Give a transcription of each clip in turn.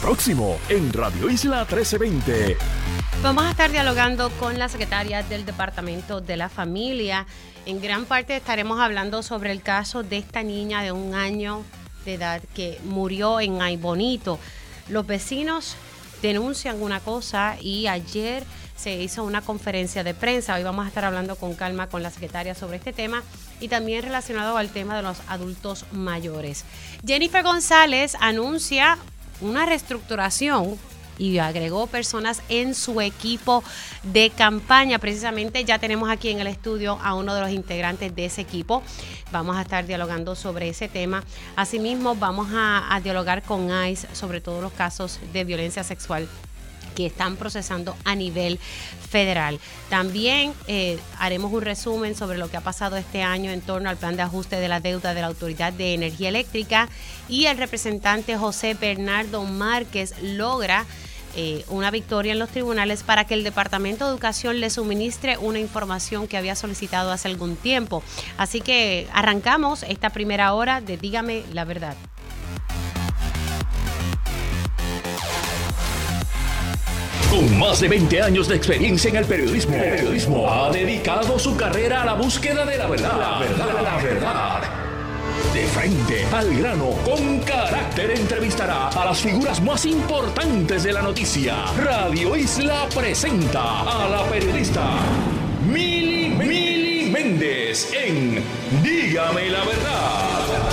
Próximo en Radio Isla 1320. Vamos a estar dialogando con la secretaria del Departamento de la Familia. En gran parte estaremos hablando sobre el caso de esta niña de 1 año de edad que murió en Aybonito. Los vecinos denuncian una cosa y ayer se hizo una conferencia de prensa. Hoy vamos a estar hablando con calma con la secretaria sobre este tema y también relacionado al tema de los adultos mayores. Jennifer González anuncia una reestructuración y agregó personas en su equipo de campaña. Precisamente ya tenemos aquí en el estudio a uno de los integrantes de ese equipo. Vamos a estar dialogando sobre ese tema. Asimismo, vamos a dialogar con ICE sobre todos los casos de violencia sexual que están procesando a nivel federal. También haremos un resumen sobre lo que ha pasado este año en torno al plan de ajuste de la deuda de la Autoridad de Energía Eléctrica y el representante José Bernardo Márquez logra una victoria en los tribunales para que el Departamento de Educación le suministre una información que había solicitado hace algún tiempo. Así que arrancamos esta primera hora de Dígame la Verdad. Con más de 20 años de experiencia en el periodismo, ha dedicado su carrera a la búsqueda de la verdad. La verdad. De frente, al grano, con carácter, entrevistará a las figuras más importantes de la noticia. Radio Isla presenta a la periodista Mili Méndez en Dígame la Verdad.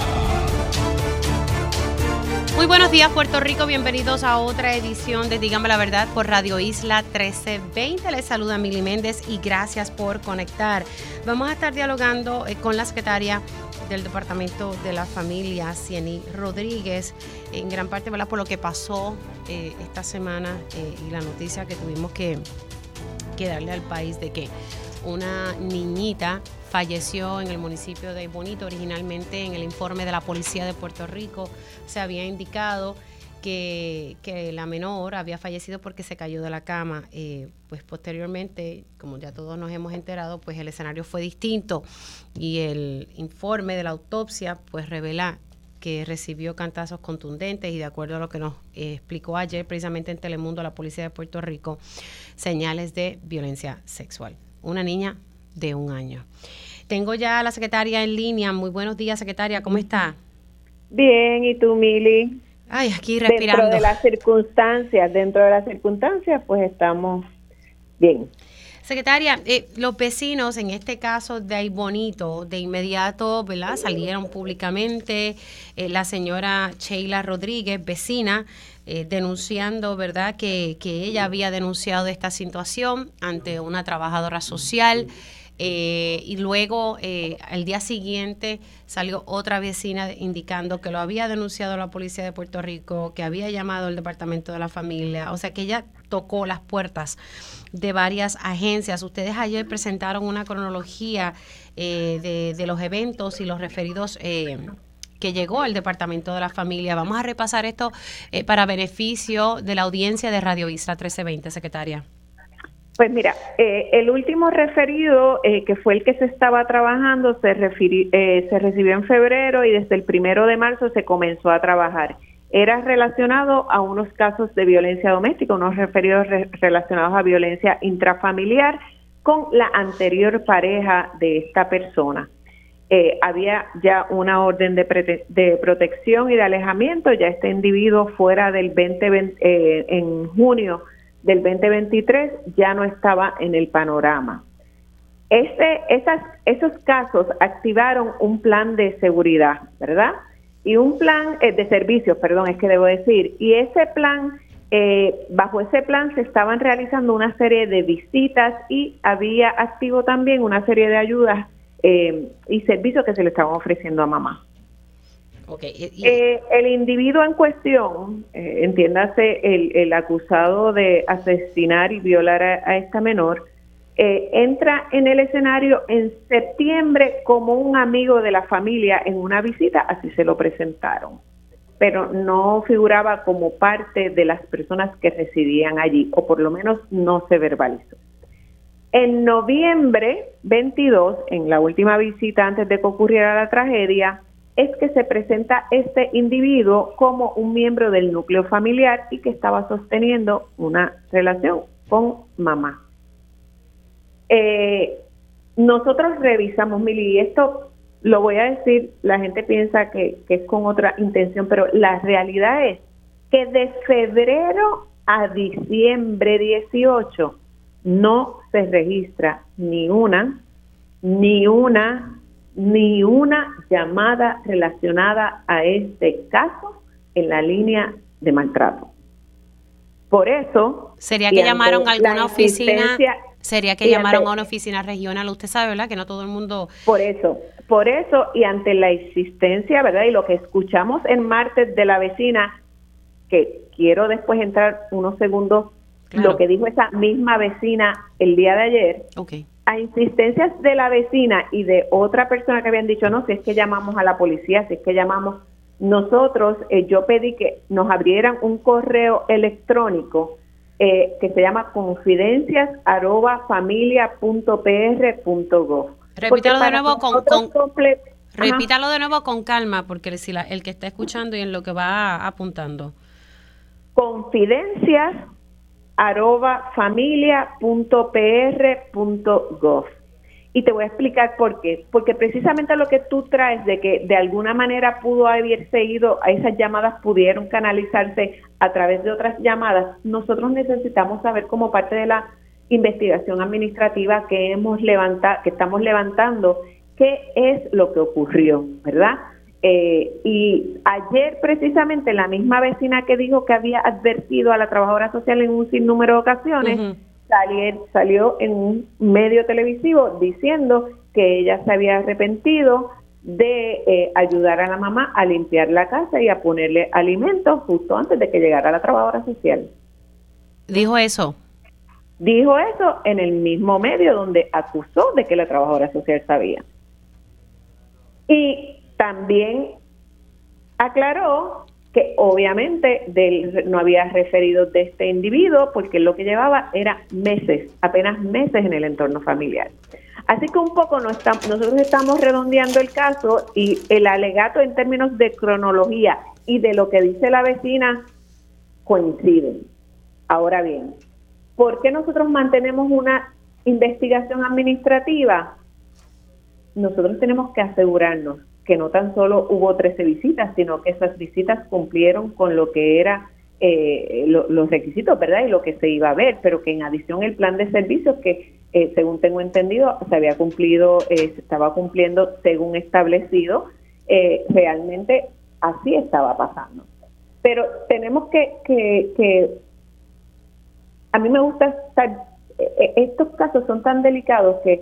Muy buenos días, Puerto Rico. Bienvenidos a otra edición de Dígame la Verdad por Radio Isla 1320. Les saluda Mili Méndez y gracias por conectar. Vamos a estar dialogando con la secretaria del Departamento de la Familia, Cieny Rodríguez, en gran parte, ¿verdad?, por lo que pasó esta semana y la noticia que tuvimos que darle al país de que una niñita falleció en el municipio de Aybonito. Originalmente en el informe de la Policía de Puerto Rico se había indicado que la menor había fallecido porque se cayó de la cama. Pues posteriormente, como ya todos nos hemos enterado, pues el escenario fue distinto y el informe de la autopsia pues revela que recibió cantazos contundentes y, de acuerdo a lo que nos explicó ayer precisamente en Telemundo la Policía de Puerto Rico, señales de violencia sexual. Una niña de 1 año. Tengo ya a la secretaria en línea. Muy buenos días, secretaria. ¿Cómo está? Bien, ¿y tú, Mili? Ay, aquí respirando. Dentro de las circunstancias, pues estamos bien. Secretaria, los vecinos, en este caso de Aybonito, de inmediato, ¿verdad?, salieron públicamente. La señora Sheila Rodríguez, vecina, denunciando, ¿verdad?, que ella había denunciado esta situación ante una trabajadora social. Y luego, al día siguiente, salió otra vecina indicando que lo había denunciado a la Policía de Puerto Rico, que había llamado al Departamento de la Familia. O sea, que ella tocó las puertas de varias agencias. Ustedes ayer presentaron una cronología de los eventos y los referidos que llegó al Departamento de la Familia. Vamos a repasar esto para beneficio de la audiencia de Radio Isla 1320, secretaria. Pues mira, el último referido, que fue el que se estaba trabajando, se recibió en febrero y desde el 1 de marzo se comenzó a trabajar. Era relacionado a unos casos de violencia doméstica, unos referidos relacionados a violencia intrafamiliar con la anterior pareja de esta persona. Había ya una orden de protección y de alejamiento. Ya este individuo fuera del 2020, en junio del 2023, ya no estaba en el panorama. Esos casos activaron un plan de seguridad, ¿verdad? Y un plan de servicios, perdón, es que debo decir. Y ese plan, bajo ese plan se estaban realizando una serie de visitas y había activo también una serie de ayudas y servicios que se le estaban ofreciendo a mamá. Okay. El individuo en cuestión, entiéndase el acusado de asesinar y violar a esta menor, entra en el escenario en septiembre como un amigo de la familia en una visita, así se lo presentaron, pero no figuraba como parte de las personas que residían allí, o por lo menos no se verbalizó. En noviembre 22, en la última visita antes de que ocurriera la tragedia, es que se presenta este individuo como un miembro del núcleo familiar y que estaba sosteniendo una relación con mamá. Nosotros revisamos, Mili, y esto lo voy a decir, la gente piensa que es con otra intención, pero la realidad es que de febrero a diciembre 18 no se registra ni una llamada relacionada a este caso en la línea de maltrato. Por eso... ¿Sería que llamaron a alguna oficina? ¿Sería que llamaron a una oficina regional? Usted sabe, ¿verdad? Que no todo el mundo... Por eso, y ante la existencia, ¿verdad? Y lo que escuchamos en martes de la vecina, que quiero después entrar unos segundos, claro, lo que dijo esa misma vecina el día de ayer, okay, a insistencias de la vecina y de otra persona que habían dicho, no, si es que llamamos a la policía, si es que llamamos... Nosotros, yo pedí que nos abrieran un correo electrónico que se llama confidencias@familia.pr.gov. Repítalo de nuevo repítalo de nuevo con calma, porque el que está escuchando y en lo que va apuntando. Confidencias@familia.pr.gov. Y te voy a explicar por qué. Porque precisamente lo que tú traes de que de alguna manera pudo haber seguido, a esas llamadas pudieron canalizarse a través de otras llamadas, nosotros necesitamos saber como parte de la investigación administrativa que estamos levantando, qué es lo que ocurrió, ¿verdad? Y ayer precisamente la misma vecina que dijo que había advertido a la trabajadora social en un sinnúmero de ocasiones, uh-huh, salió en un medio televisivo diciendo que ella se había arrepentido de ayudar a la mamá a limpiar la casa y a ponerle alimentos justo antes de que llegara la trabajadora social. ¿Dijo eso? Dijo eso en el mismo medio donde acusó de que la trabajadora social sabía. Y también aclaró que obviamente no había referidos de este individuo porque lo que llevaba era apenas meses en el entorno familiar. Así que un poco nosotros estamos redondeando el caso y el alegato en términos de cronología y de lo que dice la vecina coinciden. Ahora bien, ¿por qué nosotros mantenemos una investigación administrativa? Nosotros tenemos que asegurarnos que no tan solo hubo 13 visitas, sino que esas visitas cumplieron con lo que era los requisitos, ¿verdad? Y lo que se iba a ver, pero que en adición el plan de servicios que, según tengo entendido, se estaba cumpliendo según establecido, realmente así estaba pasando. Pero tenemos que a mí me gusta estos casos son tan delicados que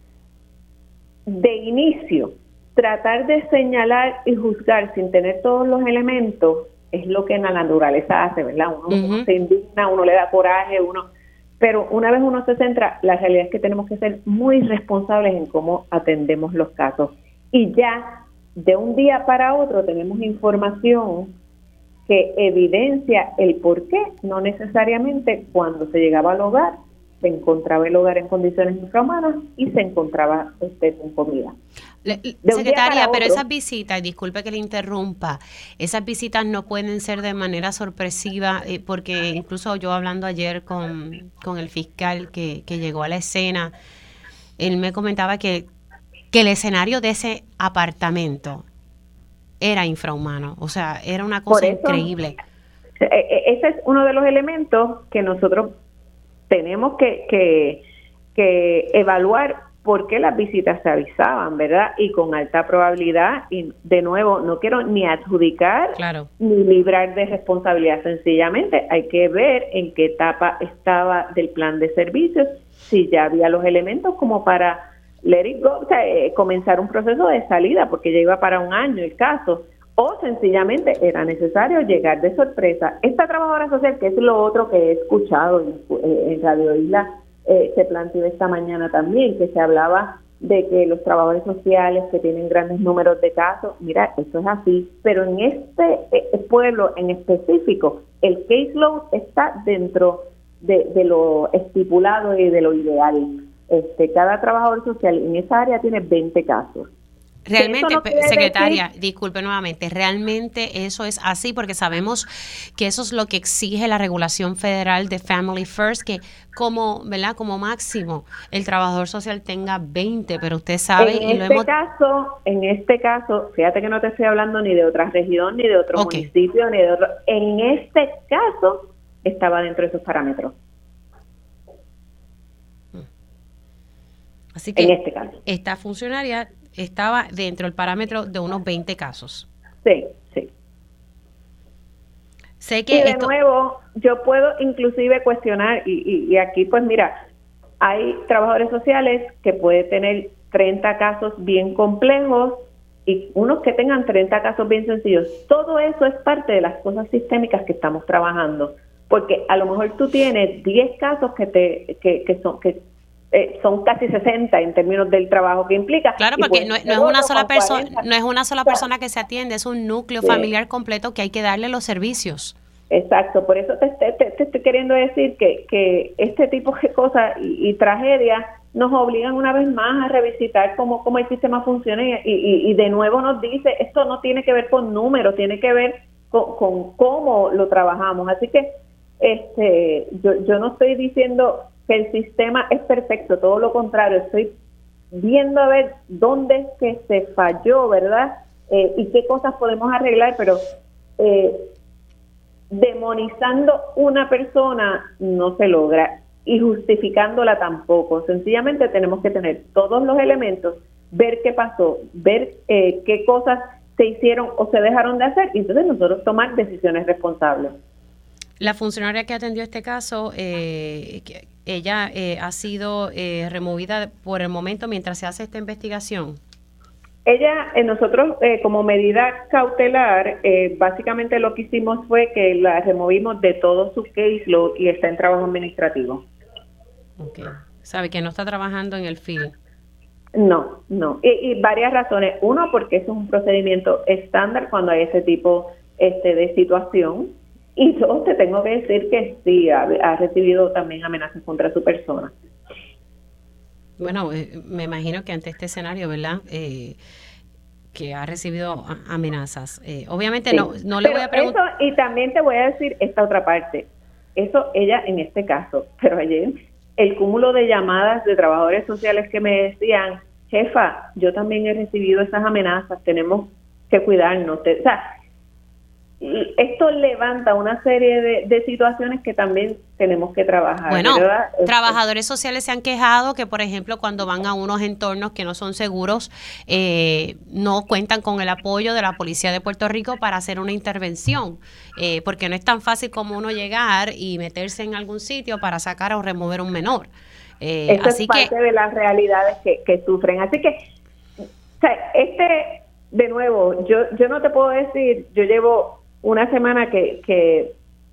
de inicio tratar de señalar y juzgar sin tener todos los elementos es lo que en la naturaleza hace, ¿verdad? Uno se indigna, uno le da coraje, pero una vez uno se centra, la realidad es que tenemos que ser muy responsables en cómo atendemos los casos. Y ya de un día para otro tenemos información que evidencia el por qué, no necesariamente cuando se llegaba al hogar, se encontraba el hogar en condiciones infrahumanas y se encontraba con comida. Secretaria, pero esas visitas, disculpe que le interrumpa, esas visitas no pueden ser de manera sorpresiva, porque incluso yo hablando ayer con el fiscal que llegó a la escena, él me comentaba que el escenario de ese apartamento era infrahumano, o sea, era una cosa increíble. Ese es uno de los elementos que nosotros tenemos que evaluar por qué las visitas se avisaban, ¿verdad? Y con alta probabilidad, y de nuevo, no quiero ni adjudicar ni librar de responsabilidad, sencillamente hay que ver en qué etapa estaba del plan de servicios, si ya había los elementos como para let it go, o sea, comenzar un proceso de salida, porque ya iba para un año el caso, o sencillamente era necesario llegar de sorpresa. Esta trabajadora social, que es lo otro que he escuchado en Radio Isla, se planteó esta mañana también, que se hablaba de que los trabajadores sociales que tienen grandes números de casos, mira, eso es así, pero en este pueblo en específico, el caseload está dentro de lo estipulado y de lo ideal. Cada trabajador social en esa área tiene 20 casos. Realmente, no secretaria, disculpe nuevamente, realmente eso es así porque sabemos que eso es lo que exige la regulación federal de Family First, que como, ¿verdad? Como máximo el trabajador social tenga 20, pero usted sabe En este caso, fíjate que no te estoy hablando ni de otra región, ni de otro municipio, ni de otro. En este caso estaba dentro de esos parámetros. Así que en este caso, esta funcionaria estaba dentro del parámetro de unos 20 casos. Sí. Sé que y de nuevo, yo puedo inclusive cuestionar, y aquí pues mira, hay trabajadores sociales que pueden tener 30 casos bien complejos y unos que tengan 30 casos bien sencillos. Todo eso es parte de las cosas sistémicas que estamos trabajando, porque a lo mejor tú tienes 10 casos que son casi 60 en términos del trabajo que implica. Claro, porque no es una sola persona, no es una sola persona que se atiende, es un núcleo familiar completo que hay que darle los servicios. Exacto, por eso te estoy queriendo decir que este tipo de cosas y tragedias nos obligan una vez más a revisitar cómo el sistema funciona y de nuevo nos dice, esto no tiene que ver con números, tiene que ver con cómo lo trabajamos. Así que yo no estoy diciendo que el sistema es perfecto, todo lo contrario, estoy viendo a ver dónde es que se falló, ¿verdad? Y qué cosas podemos arreglar, pero demonizando una persona no se logra y justificándola tampoco. Sencillamente tenemos que tener todos los elementos, ver qué pasó, ver qué cosas se hicieron o se dejaron de hacer y entonces nosotros tomar decisiones responsables. La funcionaria que atendió este caso, ella ha sido removida por el momento mientras se hace esta investigación. Ella, nosotros como medida cautelar, básicamente lo que hicimos fue que la removimos de todo su caseload y está en trabajo administrativo. Okay. ¿Sabe que no está trabajando en el field? No. Y varias razones. Uno, porque eso es un procedimiento estándar cuando hay ese tipo de situación. Y dos, te tengo que decir que sí, ha recibido también amenazas contra su persona. Bueno, me imagino que ante este escenario, ¿verdad? Que ha recibido amenazas. Obviamente sí. no le voy a preguntar. Y también te voy a decir esta otra parte. Eso ella en este caso, pero ayer el cúmulo de llamadas de trabajadores sociales que me decían, jefa, yo también he recibido esas amenazas, tenemos que cuidarnos. O sea, y esto levanta una serie de situaciones que también tenemos que trabajar. Bueno, ¿verdad? Trabajadores sociales se han quejado que, por ejemplo, cuando van a unos entornos que no son seguros, no cuentan con el apoyo de la Policía de Puerto Rico para hacer una intervención, porque no es tan fácil como uno llegar y meterse en algún sitio para sacar o remover un menor. Eso así es parte de las realidades que sufren. Así que, o sea, de nuevo, yo no te puedo decir, yo llevo una semana que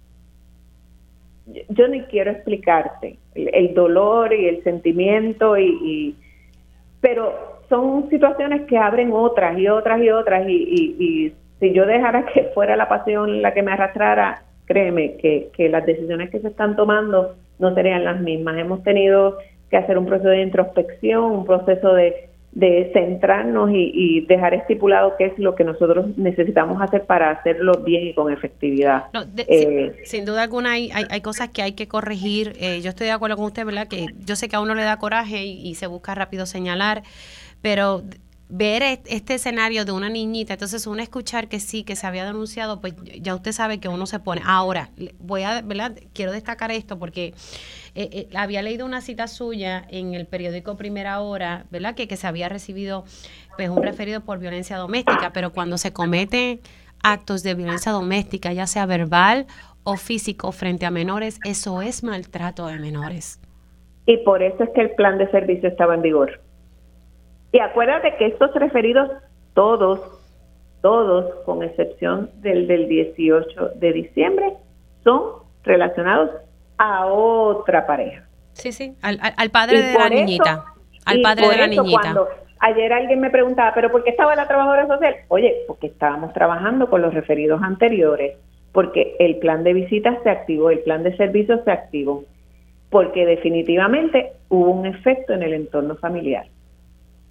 yo ni quiero explicarte el dolor y el sentimiento pero son situaciones que abren otras y si yo dejara que fuera la pasión la que me arrastrara, créeme que las decisiones que se están tomando no serían las mismas. Hemos tenido que hacer un proceso de introspección, un proceso de centrarnos y dejar estipulado qué es lo que nosotros necesitamos hacer para hacerlo bien y con efectividad. No, sin duda alguna hay cosas que hay que corregir. Yo estoy de acuerdo con usted, ¿verdad? Que yo sé que a uno le da coraje y se busca rápido señalar, pero ver este escenario de una niñita, entonces uno escuchar que sí, que se había denunciado, pues ya usted sabe que uno se pone. Ahora, ¿verdad? Quiero destacar esto porque había leído una cita suya en el periódico Primera Hora, ¿verdad? Que se había recibido pues un referido por violencia doméstica, pero cuando se cometen actos de violencia doméstica, ya sea verbal o físico frente a menores, eso es maltrato de menores. Y por eso es que el plan de servicio estaba en vigor. Y acuérdate que estos referidos, todos, con excepción del 18 de diciembre, son relacionados a otra pareja. Sí, al padre de la niñita. Al padre de la niñita. Cuando ayer alguien me preguntaba, ¿pero por qué estaba la trabajadora social? Oye, porque estábamos trabajando con los referidos anteriores, porque el plan de visitas se activó, el plan de servicios se activó, porque definitivamente hubo un efecto en el entorno familiar.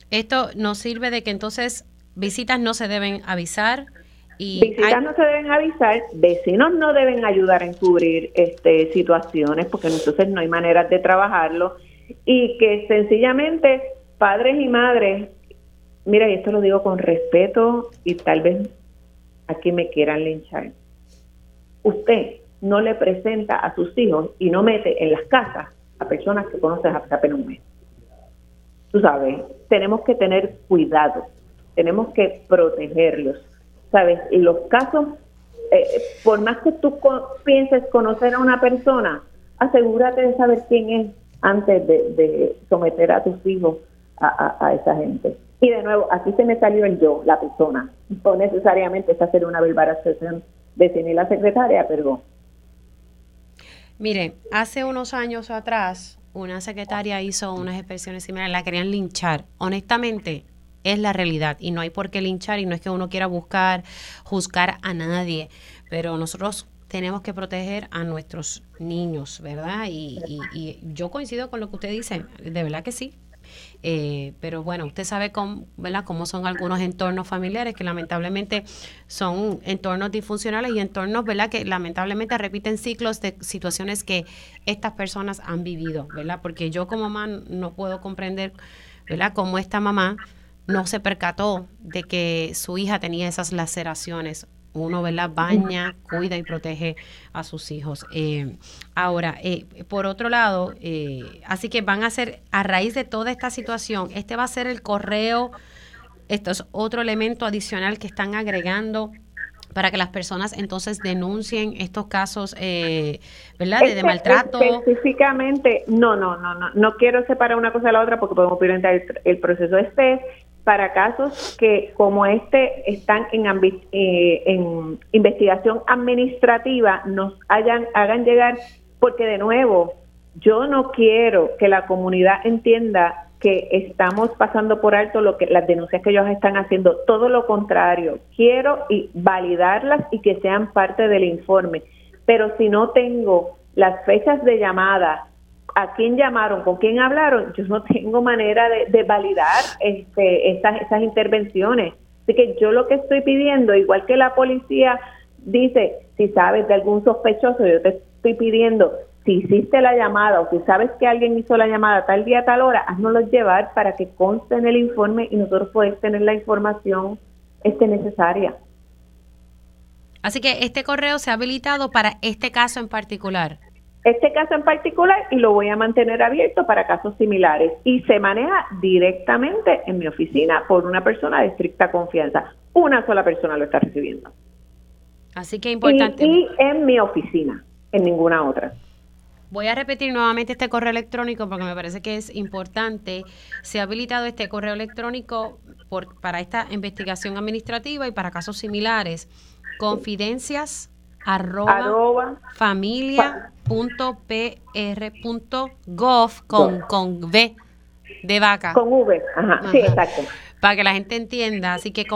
Esto nos sirve de que entonces visitas no se deben avisar. Visitas no se deben avisar, vecinos no deben ayudar a encubrir situaciones, porque entonces no hay maneras de trabajarlo, y que sencillamente padres y madres, mira, y esto lo digo con respeto y tal vez aquí me quieran linchar, usted no le presenta a sus hijos y no mete en las casas a personas que conoces hace apenas un mes. Tú sabes, tenemos que tener cuidado, tenemos que protegerlos, ¿sabes? Y los casos, por más que tú pienses conocer a una persona, asegúrate de saber quién es antes de someter a tus hijos a esa gente. Y de nuevo, aquí se me salió el yo, la persona, no necesariamente es hacer una verbalización vecina y la secretaria, pero... Mire, hace unos años atrás, una secretaria hizo unas expresiones similares, la querían linchar. Honestamente, es la realidad y no hay por qué linchar, y no es que uno quiera juzgar a nadie, pero nosotros tenemos que proteger a nuestros niños, ¿verdad? Y yo coincido con lo que usted dice, de verdad que sí. Pero bueno, usted sabe ¿verdad?, cómo son algunos entornos familiares que lamentablemente son entornos disfuncionales y entornos, ¿verdad?, que lamentablemente repiten ciclos de situaciones que estas personas han vivido, ¿verdad? Porque yo como mamá no puedo comprender, ¿verdad?, cómo esta mamá no se percató de que su hija tenía esas laceraciones. Uno, ¿verdad?, baña, cuida y protege a sus hijos. Ahora, por otro lado, así que van a ser, a raíz de toda esta situación, este va a ser el correo, esto es otro elemento adicional que están agregando para que las personas entonces denuncien estos casos, ¿verdad?, de maltrato. Específicamente, no quiero separar una cosa de la otra porque podemos violentar el proceso para casos que como están en investigación administrativa, nos hagan llegar, porque de nuevo, yo no quiero que la comunidad entienda que estamos pasando por alto las denuncias que ellos están haciendo, todo lo contrario, quiero validarlas y que sean parte del informe, pero si no tengo las fechas de llamada, a quién llamaron, con quién hablaron, yo no tengo manera de validar esas intervenciones. Así que yo lo que estoy pidiendo, igual que la policía dice, si sabes de algún sospechoso, yo te estoy pidiendo, si hiciste la llamada o si sabes que alguien hizo la llamada tal día, tal hora, haznoslo llevar para que conste en el informe y nosotros podemos tener la información necesaria. Así que este correo se ha habilitado para este caso en particular. Este caso en particular, y lo voy a mantener abierto para casos similares, y se maneja directamente en mi oficina por una persona de estricta confianza. Una sola persona lo está recibiendo. Así que importante. Y en mi oficina, en ninguna otra. Voy a repetir nuevamente este correo electrónico porque me parece que es importante. Se ha habilitado este correo electrónico para esta investigación administrativa y para casos similares. confidencias@familia.pr.gov con V de vaca. Con V, ajá. Sí, exacto. Para que la gente entienda. Así que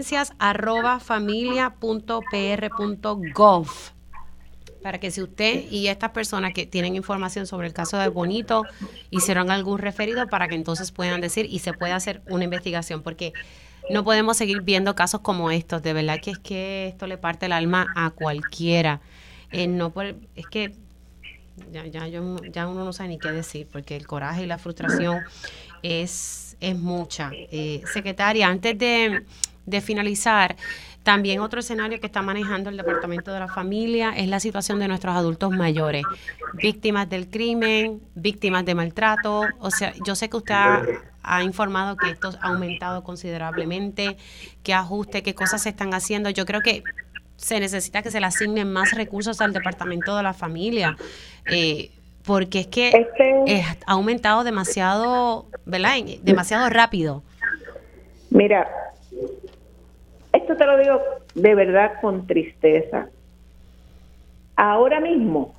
confidencias@familia.pr.gov. Para que si usted y estas personas que tienen información sobre el caso de Bonito hicieron algún referido, para que entonces puedan decir y se pueda hacer una investigación, porque no podemos seguir viendo casos como estos. De verdad que es que esto le parte el alma a cualquiera. Es que ya uno no sabe ni qué decir, porque el coraje y la frustración es mucha. Secretaria, antes de finalizar, también otro escenario que está manejando el Departamento de la Familia es la situación de nuestros adultos mayores, víctimas del crimen, víctimas de maltrato. O sea, yo sé que usted ha informado que esto ha aumentado considerablemente, qué ajuste, qué cosas se están haciendo. Yo creo que se necesita que se le asignen más recursos al Departamento de la Familia, porque es que ha aumentado demasiado, ¿verdad? Demasiado rápido. Mira, esto te lo digo de verdad con tristeza. Ahora mismo,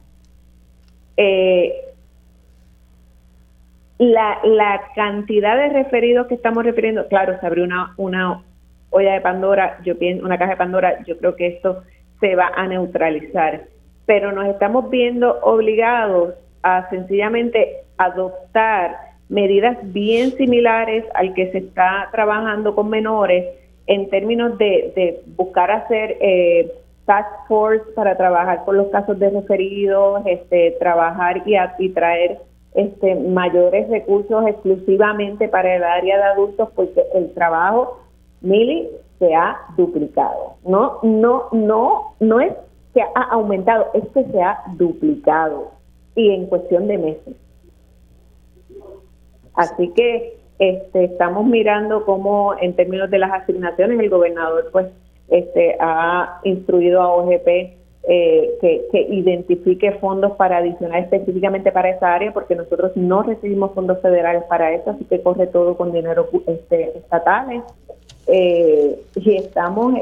la cantidad de referidos que estamos refiriendo, claro, se abrió una olla de Pandora, una caja de Pandora, yo creo que esto se va a neutralizar, pero nos estamos viendo obligados a sencillamente adoptar medidas bien similares al que se está trabajando con menores en términos de buscar hacer task force para trabajar con los casos de referidos, trabajar y traer mayores recursos exclusivamente para el área de adultos, porque el trabajo, Mili, se ha duplicado. No es que ha aumentado, es que se ha duplicado y en cuestión de meses. Así que estamos mirando cómo en términos de las asignaciones el gobernador pues ha instruido a OGP que identifique fondos para adicionar específicamente para esa área, porque nosotros no recibimos fondos federales para eso, así que corre todo con dinero estatales. Y estamos,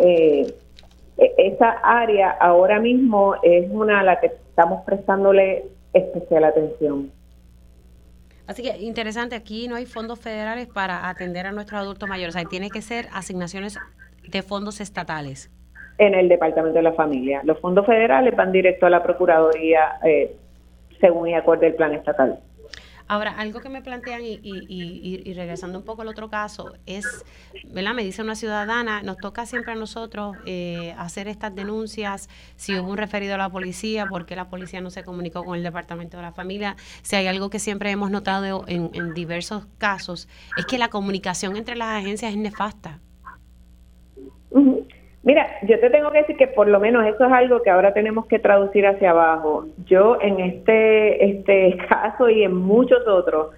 esa área ahora mismo es una a la que estamos prestándole especial atención. Así que interesante, aquí no hay fondos federales para atender a nuestros adultos mayores, ahí tiene que ser asignaciones de fondos estatales. En el Departamento de la Familia. Los fondos federales van directo a la Procuraduría según y acorde el plan estatal. Ahora, algo que me plantean y regresando un poco al otro caso es, ¿verdad? Me dice una ciudadana, nos toca siempre a nosotros hacer estas denuncias, si hubo un referido a la policía, por qué la policía no se comunicó con el Departamento de la Familia. Si hay algo que siempre hemos notado en diversos casos, es que la comunicación entre las agencias es nefasta. Uh-huh. Mira, yo te tengo que decir que por lo menos eso es algo que ahora tenemos que traducir hacia abajo. Yo en este caso y en muchos otros,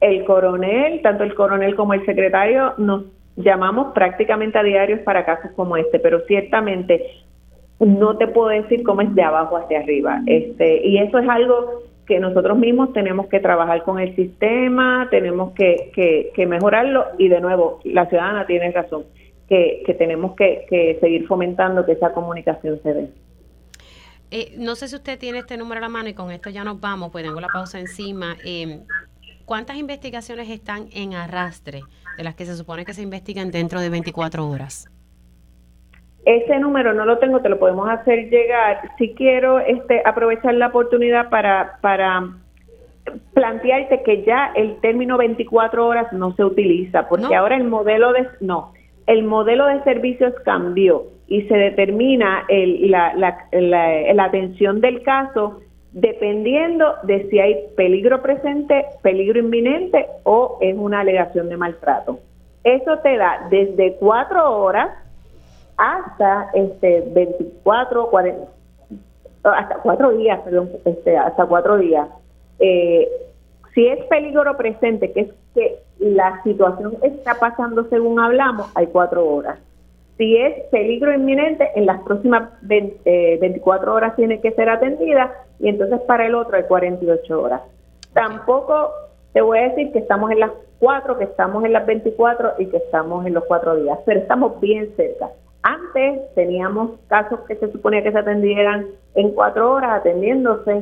tanto el coronel como el secretario, nos llamamos prácticamente a diarios para casos como pero ciertamente no te puedo decir cómo es de abajo hacia arriba. Y eso es algo que nosotros mismos tenemos que trabajar con el sistema, tenemos que mejorarlo, y de nuevo, la ciudadana tiene razón. Que tenemos que seguir fomentando que esa comunicación se dé. No sé si usted tiene este número a la mano y con esto ya nos vamos, pues tengo la pausa encima. ¿Cuántas investigaciones están en arrastre de las que se supone que se investigan dentro de 24 horas? Ese número no lo tengo, te lo podemos hacer llegar. Si quiero aprovechar la oportunidad para plantearte que ya el término 24 horas no se utiliza, porque ahora el modelo de servicios cambió y se determina la atención del caso dependiendo de si hay peligro presente, peligro inminente o es una alegación de maltrato. Eso te da desde 4 horas hasta 24, 40, hasta 4 días, perdón, hasta 4 días. Si es peligro presente, que es que la situación está pasando según hablamos, hay 4 horas. Si es peligro inminente, en las próximas 24 horas tiene que ser atendida, y entonces para el otro hay 48 horas. Tampoco te voy a decir que estamos en las 4, que estamos en las 24 y que estamos en los 4 días, pero estamos bien cerca. Antes teníamos casos que se suponía que se atendieran en 4 horas, atendiéndose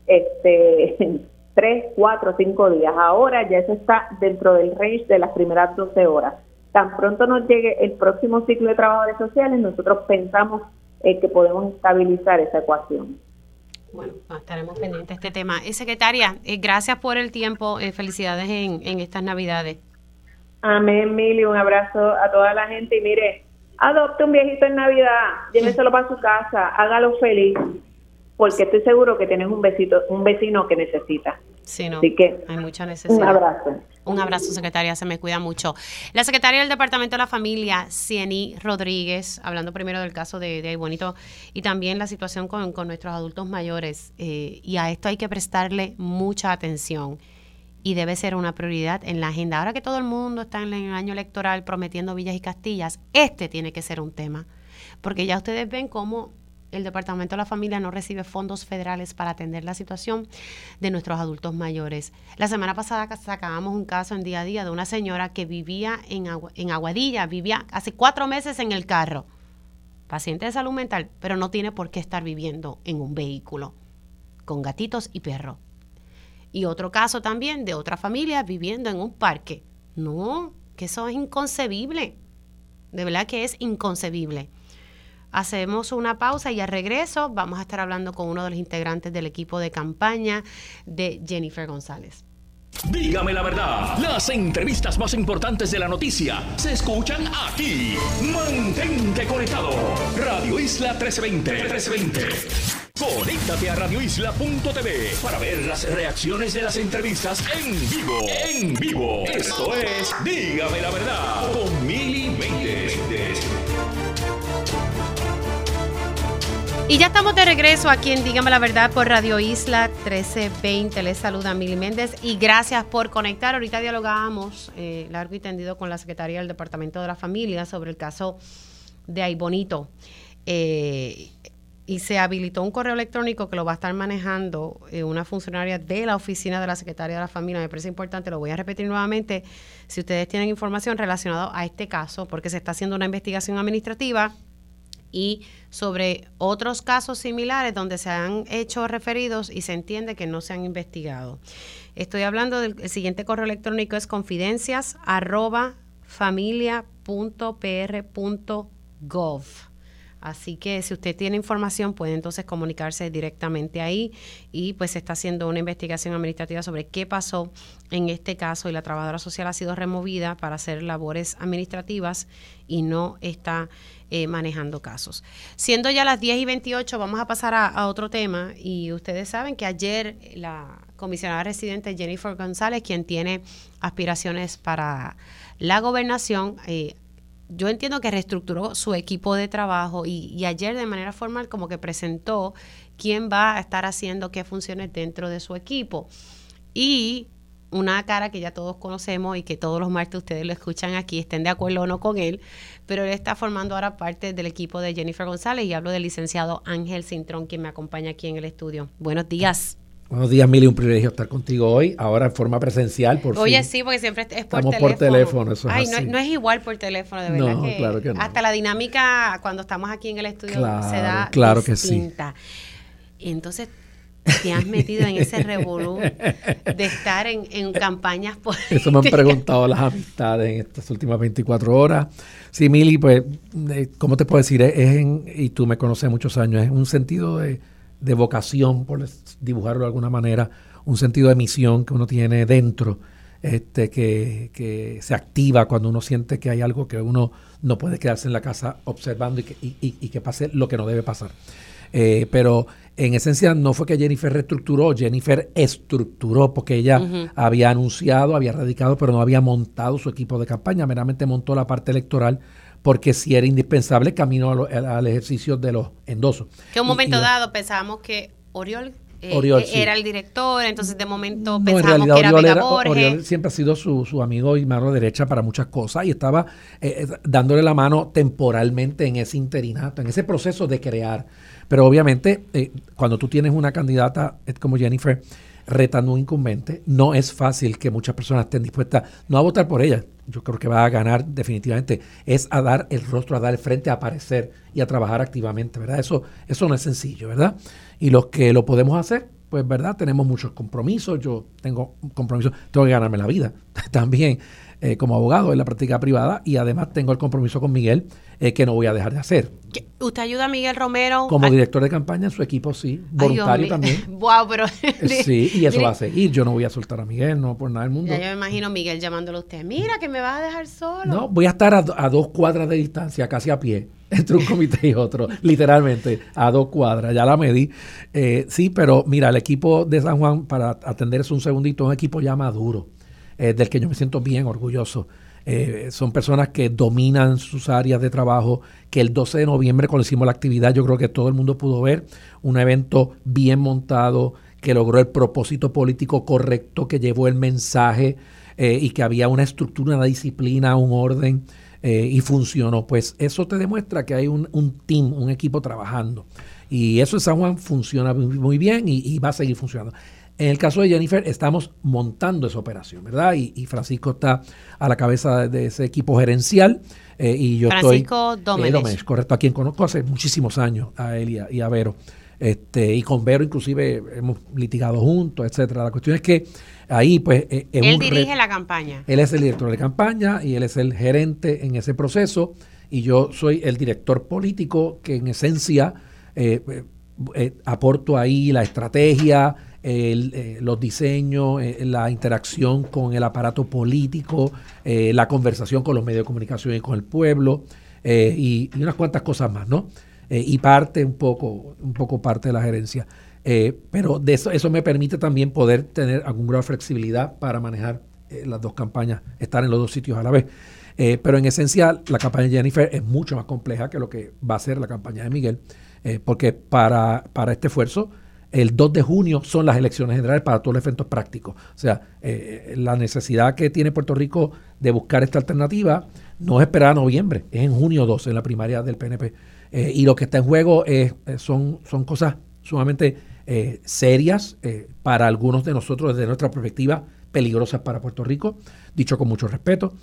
3, 4, 5 días. Ahora ya eso está dentro del range de las primeras 12 horas. Tan pronto nos llegue el próximo ciclo de trabajadores sociales, nosotros pensamos que podemos estabilizar esa ecuación. Bueno, estaremos pendientes de este tema. Secretaria, gracias por el tiempo. Felicidades en estas Navidades. Amén, Mili. Un abrazo a toda la gente. Y mire, adopte un viejito en Navidad, lléveselo para su casa, hágalo feliz, porque estoy seguro que tienes un vecino que necesita. Sí, no, así que hay mucha necesidad. Un abrazo. Un abrazo, secretaria, se me cuida mucho. La secretaria del Departamento de la Familia, Cieny Rodríguez, hablando primero del caso de Aybonito y también la situación con nuestros adultos mayores. Y a esto hay que prestarle mucha atención y debe ser una prioridad en la agenda. Ahora que todo el mundo está en el año electoral prometiendo villas y castillas, tiene que ser un tema. Porque ya ustedes ven cómo el Departamento de la Familia no recibe fondos federales para atender la situación de nuestros adultos mayores. La semana pasada sacábamos un caso en Día a Día de una señora que vivía en Aguadilla, vivía hace 4 meses en el carro, paciente de salud mental, pero no tiene por qué estar viviendo en un vehículo con gatitos y perros. Y otro caso también de otra familia viviendo en un parque. No, que eso es inconcebible. De verdad que es inconcebible. Hacemos una pausa y al regreso vamos a estar hablando con uno de los integrantes del equipo de campaña de Jennifer González. Dígame la verdad, las entrevistas más importantes de la noticia se escuchan aquí. Mantente conectado. Radio Isla 1320. Conéctate a radioisla.tv para ver las reacciones de las entrevistas en vivo. En vivo. Esto es Dígame la verdad con Mili Méndez. Y ya estamos de regreso aquí en Dígame la Verdad por Radio Isla 1320. Les saluda Mili Méndez y gracias por conectar. Ahorita dialogábamos largo y tendido con la secretaria del Departamento de la Familia sobre el caso de Aibonito. Y se habilitó un correo electrónico que lo va a estar manejando una funcionaria de la oficina de la Secretaría de la Familia. Me parece importante, lo voy a repetir nuevamente, si ustedes tienen información relacionada a este caso, porque se está haciendo una investigación administrativa y sobre otros casos similares donde se han hecho referidos y se entiende que no se han investigado. Estoy hablando del siguiente correo electrónico, es confidencias@familia.pr.gov. Así que si usted tiene información puede entonces comunicarse directamente ahí y pues se está haciendo una investigación administrativa sobre qué pasó en este caso y la trabajadora social ha sido removida para hacer labores administrativas y no está manejando casos. Siendo ya las 10:28 vamos a pasar a otro tema y ustedes saben que ayer la comisionada residente Jennifer González, quien tiene aspiraciones para la gobernación, yo entiendo que reestructuró su equipo de trabajo y ayer de manera formal como que presentó quién va a estar haciendo qué funciones dentro de su equipo. Y una cara que ya todos conocemos y que todos los martes ustedes lo escuchan aquí, estén de acuerdo o no con él, pero él está formando ahora parte del equipo de Jennifer González y hablo del licenciado Ángel Cintrón, quien me acompaña aquí en el estudio. Buenos días. Buenos días, Mili, un privilegio estar contigo hoy, ahora en forma presencial, por fin. Oye, sí, porque siempre es por Estamos teléfono. por teléfono, eso es Ay, así. no es igual por teléfono, de verdad. No, claro que no. Hasta la dinámica cuando estamos aquí en el estudio se da claro distinta. Que sí. Entonces, te has metido en ese revolú de estar en campañas políticas. Eso me han preguntado las amistades en estas últimas 24 horas. Sí, Mili, pues, ¿cómo te puedo decir? Y tú me conoces muchos años, es un sentido de vocación, por dibujarlo de alguna manera, un sentido de misión que uno tiene dentro, que se activa cuando uno siente que hay algo que uno no puede quedarse en la casa observando y que pase lo que no debe pasar. Pero en esencia no fue que Jennifer reestructuró, Jennifer estructuró, porque ella había anunciado, había radicado, pero no había montado su equipo de campaña, meramente montó la parte electoral, porque sí era indispensable camino al ejercicio de los endosos. Que en un momento dado pensábamos que Oriol era el director, entonces de momento pensábamos que era Vega Borges. Oriol siempre ha sido su amigo y mano derecha para muchas cosas y estaba dándole la mano temporalmente en ese interinato, en ese proceso de crear. Pero obviamente cuando tú tienes una candidata como Jennifer retando un incumbente, no es fácil que muchas personas estén dispuestas no a votar por ella. Yo creo que va a ganar definitivamente, es a dar el rostro, a dar el frente, a aparecer y a trabajar activamente, ¿verdad? Eso no es sencillo, ¿verdad? Y los que lo podemos hacer, pues, ¿verdad? Tenemos muchos compromisos, yo tengo un compromiso, tengo que ganarme la vida también como abogado en la práctica privada y además tengo el compromiso con Miguel que no voy a dejar de hacer. ¿Usted ayuda a Miguel Romero? Como director de campaña en su equipo, sí. Voluntario también. Wow, pero... Sí, y eso va a seguir. Yo no voy a soltar a Miguel, no por nada del mundo. Ya yo me imagino Miguel llamándolo a usted. Mira, que me vas a dejar solo. No, voy a estar a 2 cuadras de distancia, casi a pie, entre un comité y otro. Literalmente, a 2 cuadras. Ya la medí. Sí, pero mira, el equipo de San Juan, para atender eso un segundito, es un equipo ya maduro, del que yo me siento bien orgulloso. Son personas que dominan sus áreas de trabajo, que el 12 de noviembre cuando hicimos la actividad yo creo que todo el mundo pudo ver un evento bien montado, que logró el propósito político correcto, que llevó el mensaje y que había una estructura, una disciplina, un orden y funcionó. Pues eso te demuestra que hay un team, un equipo trabajando y eso en San Juan funciona muy bien y va a seguir funcionando. En el caso de Jennifer, estamos montando esa operación, ¿verdad? Y Francisco está a la cabeza de ese equipo gerencial. Y yo Francisco Domenech. Correcto, a quien conozco hace muchísimos años, a él y a Vero. Y con Vero inclusive hemos litigado juntos, etcétera. La cuestión es que ahí pues... él dirige la campaña. Él es el director de campaña y él es el gerente en ese proceso. Y yo soy el director político que en esencia aporto ahí la estrategia, los diseños, la interacción con el aparato político, la conversación con los medios de comunicación y con el pueblo, y unas cuantas cosas más, ¿no? Y un poco parte de la gerencia. Pero de eso me permite también poder tener algún grado de flexibilidad para manejar las dos campañas, estar en los dos sitios a la vez. Pero en esencia, la campaña de Jennifer es mucho más compleja que lo que va a ser la campaña de Miguel, porque para este esfuerzo, el 2 de junio son las elecciones generales para todos los efectos prácticos. O sea, la necesidad que tiene Puerto Rico de buscar esta alternativa no es esperar a noviembre, es en junio 2, en la primaria del PNP. Y lo que está en juego son cosas sumamente serias para algunos de nosotros desde nuestra perspectiva, peligrosas para Puerto Rico, dicho con mucho respeto.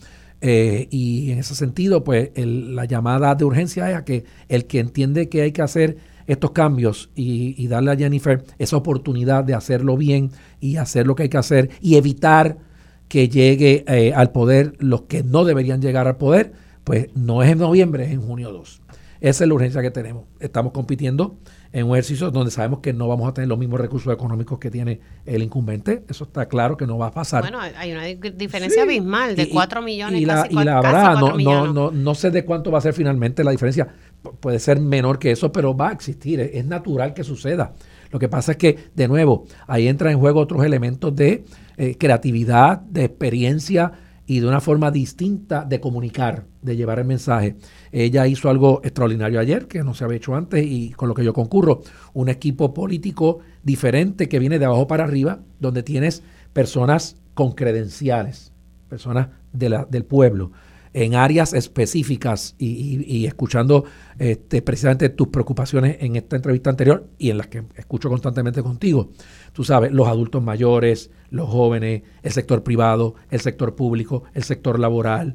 Y en ese sentido, pues la llamada de urgencia es a que el que entiende que hay que hacer estos cambios y darle a Jennifer esa oportunidad de hacerlo bien y hacer lo que hay que hacer y evitar que llegue al poder los que no deberían llegar al poder, pues no es en noviembre, es en junio 2. Esa es la urgencia que tenemos. Estamos compitiendo en un ejercicio donde sabemos que no vamos a tener los mismos recursos económicos que tiene el incumbente. Eso está claro que no va a pasar. Bueno, hay una diferencia abismal de 4 millones. La verdad, no sé de cuánto va a ser finalmente la diferencia. Puede ser menor que eso, pero va a existir. Es natural que suceda. Lo que pasa es que, de nuevo, ahí entran en juego otros elementos de creatividad, de experiencia y de una forma distinta de comunicar, de llevar el mensaje. Ella hizo algo extraordinario ayer, que no se había hecho antes y con lo que yo concurro. Un equipo político diferente que viene de abajo para arriba, donde tienes personas con credenciales, personas del pueblo, en áreas específicas y escuchando precisamente tus preocupaciones en esta entrevista anterior y en las que escucho constantemente contigo. Tú sabes, los adultos mayores, los jóvenes, el sector privado, el sector público, el sector laboral,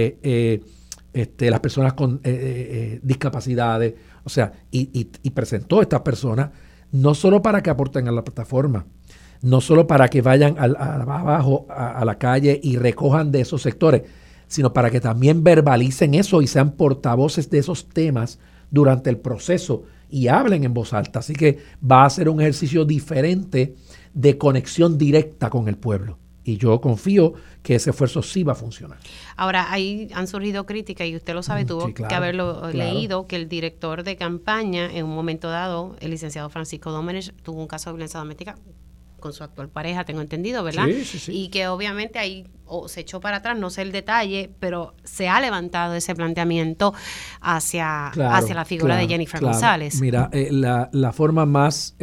las personas con discapacidades, o sea, y presentó a estas personas no solo para que aporten a la plataforma, no solo para que vayan abajo a la calle y recojan de esos sectores, sino para que también verbalicen eso y sean portavoces de esos temas durante el proceso y hablen en voz alta. Así que va a ser un ejercicio diferente de conexión directa con el pueblo. Y yo confío que ese esfuerzo sí va a funcionar. Ahora, ahí han surgido críticas, y usted lo sabe, tuvo que haberlo leído, que el director de campaña, en un momento dado, el licenciado Francisco Domenech, tuvo un caso de violencia doméstica con su actual pareja, tengo entendido, ¿verdad? Sí. Y que obviamente ahí se echó para atrás, no sé el detalle, pero se ha levantado ese planteamiento hacia la figura de Jennifer González. Mira, la forma más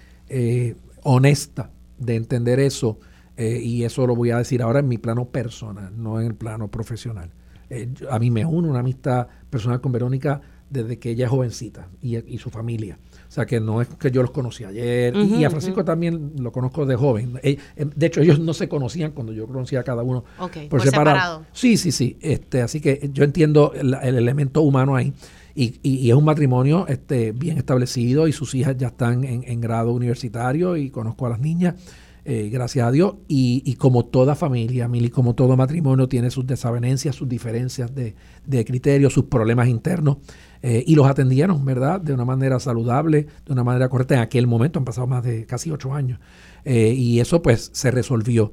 honesta de entender eso, y eso lo voy a decir ahora en mi plano personal, no en el plano profesional. A mí me une una amistad personal con Verónica desde que ella es jovencita y su familia. O sea, que no es que yo los conocí ayer. Y a Francisco también lo conozco de joven. De hecho, ellos no se conocían cuando yo conocía a cada uno por separado. Sí. Así que yo entiendo el elemento humano ahí. Y es un matrimonio bien establecido y sus hijas ya están en grado universitario y conozco a las niñas, gracias a Dios. Y como toda familia, Mili, como todo matrimonio, tiene sus desavenencias, sus diferencias de criterios, sus problemas internos. Y los atendieron, ¿verdad? De una manera saludable, de una manera correcta. En aquel momento han pasado más de casi 8 años. Y eso pues se resolvió.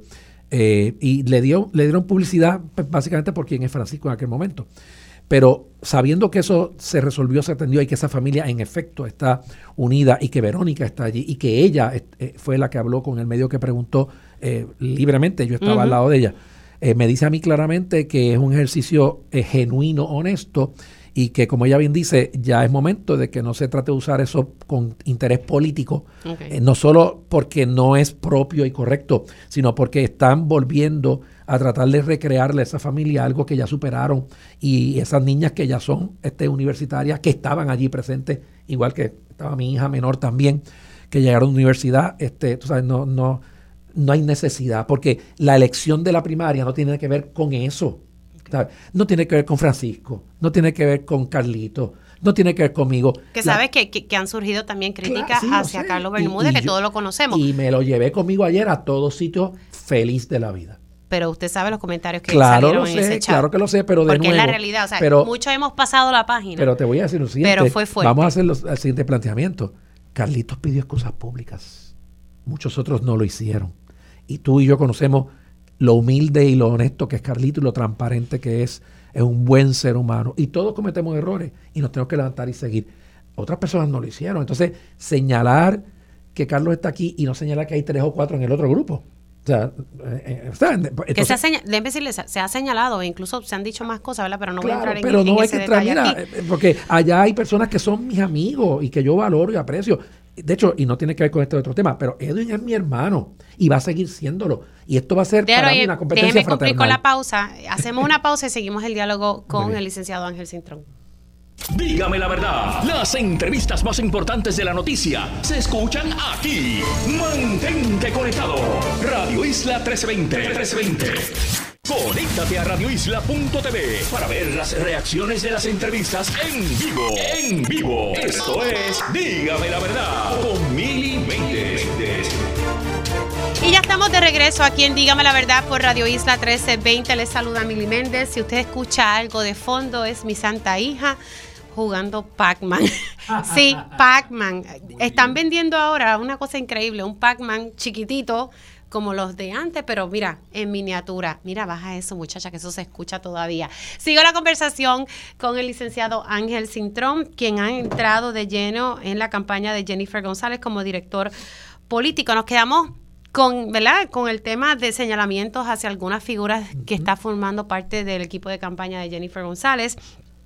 Y le dieron publicidad pues, básicamente por quien es Francisco en aquel momento. Pero sabiendo que eso se resolvió, se atendió y que esa familia en efecto está unida y que Verónica está allí y que ella fue la que habló con el medio que preguntó libremente, yo estaba al lado de ella, me dice a mí claramente que es un ejercicio genuino, honesto, y que, como ella bien dice, ya es momento de que no se trate de usar eso con interés político, no solo porque no es propio y correcto, sino porque están volviendo a tratar de recrearle a esa familia algo que ya superaron, y esas niñas que ya son universitarias, que estaban allí presentes, igual que estaba mi hija menor también, que llegaron a la universidad, tú sabes, no hay necesidad, porque la elección de la primaria no tiene que ver con eso. ¿Sabes? No tiene que ver con Francisco, no tiene que ver con Carlito, no tiene que ver conmigo. Que sabes que han surgido también críticas hacia Carlos Bermúdez, que todos lo conocemos. Y me lo llevé conmigo ayer a todos sitios feliz de la vida. Pero usted sabe los comentarios que salieron en ese chat. Claro que lo sé, pero de nuevo. Porque es la realidad, o sea, muchos hemos pasado la página. Pero te voy a decir lo siguiente. Pero fue fuerte. Vamos a hacer el siguiente planteamiento. Carlitos pidió excusas públicas. muchos otros no lo hicieron. Y tú y yo conocemos lo humilde y lo honesto que es Carlito y lo transparente que es un buen ser humano. Y todos cometemos errores y nos tenemos que levantar y seguir. Otras personas no lo hicieron. Entonces, señalar que Carlos está aquí y no señalar que hay 3 o 4 en el otro grupo. O sea, entonces, que se ha señalado, incluso se han dicho más cosas, ¿verdad? Pero no claro, voy a entrar pero en no hay ese que entrar, detalle mira, aquí. porque allá hay personas que son mis amigos y que yo valoro y aprecio. De hecho, y no tiene que ver con este otro tema, pero Edwin es mi hermano y va a seguir siéndolo. Y esto va a ser para mí una competencia déjeme fraternal. cumplir con la pausa. Hacemos una pausa y seguimos el diálogo con el licenciado Ángel Cintrón. Dígame la verdad, las entrevistas más importantes de la noticia se escuchan aquí. Mantente conectado. Radio Isla 1320. Conéctate a radioisla.tv para ver las reacciones de las entrevistas en vivo. En vivo. Esto es Dígame la verdad con Mili Méndez. Y ya estamos de regreso aquí en Dígame la Verdad por Radio Isla 1320. Les saluda Mili Méndez. Si usted escucha algo de fondo, es mi santa hija jugando Pac-Man. Sí, Pac-Man. Están vendiendo ahora una cosa increíble, un Pac-Man chiquitito, como los de antes, pero mira, en miniatura. Mira, baja eso, muchacha, que eso se escucha todavía. Sigo la conversación con el licenciado Ángel Cintrón, quien ha entrado de lleno en la campaña de Jennifer González como director político. Nos quedamos con, ¿verdad?, con el tema de señalamientos hacia algunas figuras que está formando parte del equipo de campaña de Jennifer González.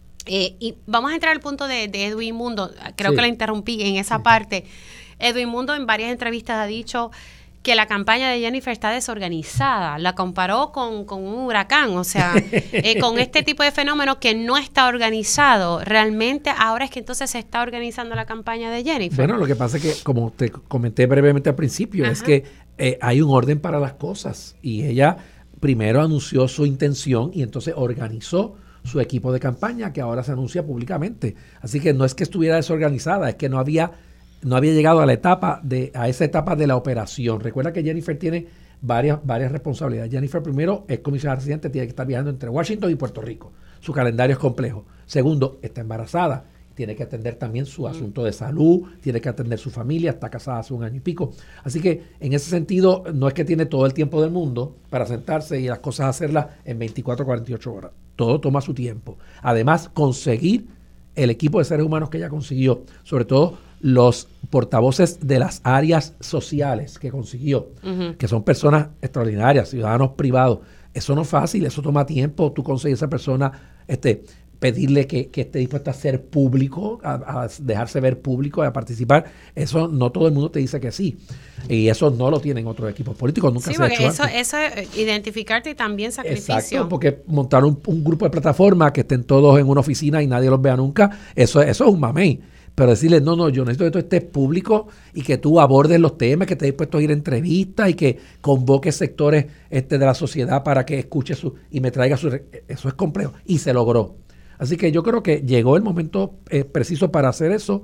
Y vamos a entrar al punto de Edwin Mundo. Creo que la interrumpí en esa parte. Edwin Mundo en varias entrevistas ha dicho que la campaña de Jennifer está desorganizada. La comparó con un huracán, o sea, con este tipo de fenómeno que no está organizado. Realmente ahora es que entonces se está organizando la campaña de Jennifer. Bueno, lo que pasa es que, como te comenté brevemente al principio, es que hay un orden para las cosas. Y ella primero anunció su intención y entonces organizó su equipo de campaña, que ahora se anuncia públicamente. Así que no es que estuviera desorganizada, es que no había llegado a esa etapa de la operación. Recuerda que Jennifer tiene varias responsabilidades. Jennifer, primero, es comisionada residente, tiene que estar viajando entre Washington y Puerto Rico. Su calendario es complejo. Segundo, está embarazada, tiene que atender también su asunto de salud, tiene que atender su familia, está casada hace 1 año y pico. Así que, en ese sentido, no es que tiene todo el tiempo del mundo para sentarse y las cosas hacerlas en 24 o 48 horas. Todo toma su tiempo. Además, conseguir el equipo de seres humanos que ella consiguió, sobre todo los portavoces de las áreas sociales que consiguió, que son personas extraordinarias, ciudadanos privados. Eso no es fácil, eso toma tiempo. Tú consigues a esa persona, pedirle que esté dispuesta a ser público, a dejarse ver público, a participar. Eso no todo el mundo te dice que sí. Y eso no lo tienen otros equipos políticos, nunca se ha hecho antes. Eso es identificarte y también sacrificio. Exacto, porque montar un grupo de plataforma que estén todos en una oficina y nadie los vea nunca, eso es un mamey. Pero decirle, no, yo necesito que tú estés público y que tú abordes los temas, que estés dispuesto a ir a entrevistas y que convoques sectores de la sociedad para que escuche y me traiga eso es complejo. Y se logró. Así que yo creo que llegó el momento preciso para hacer eso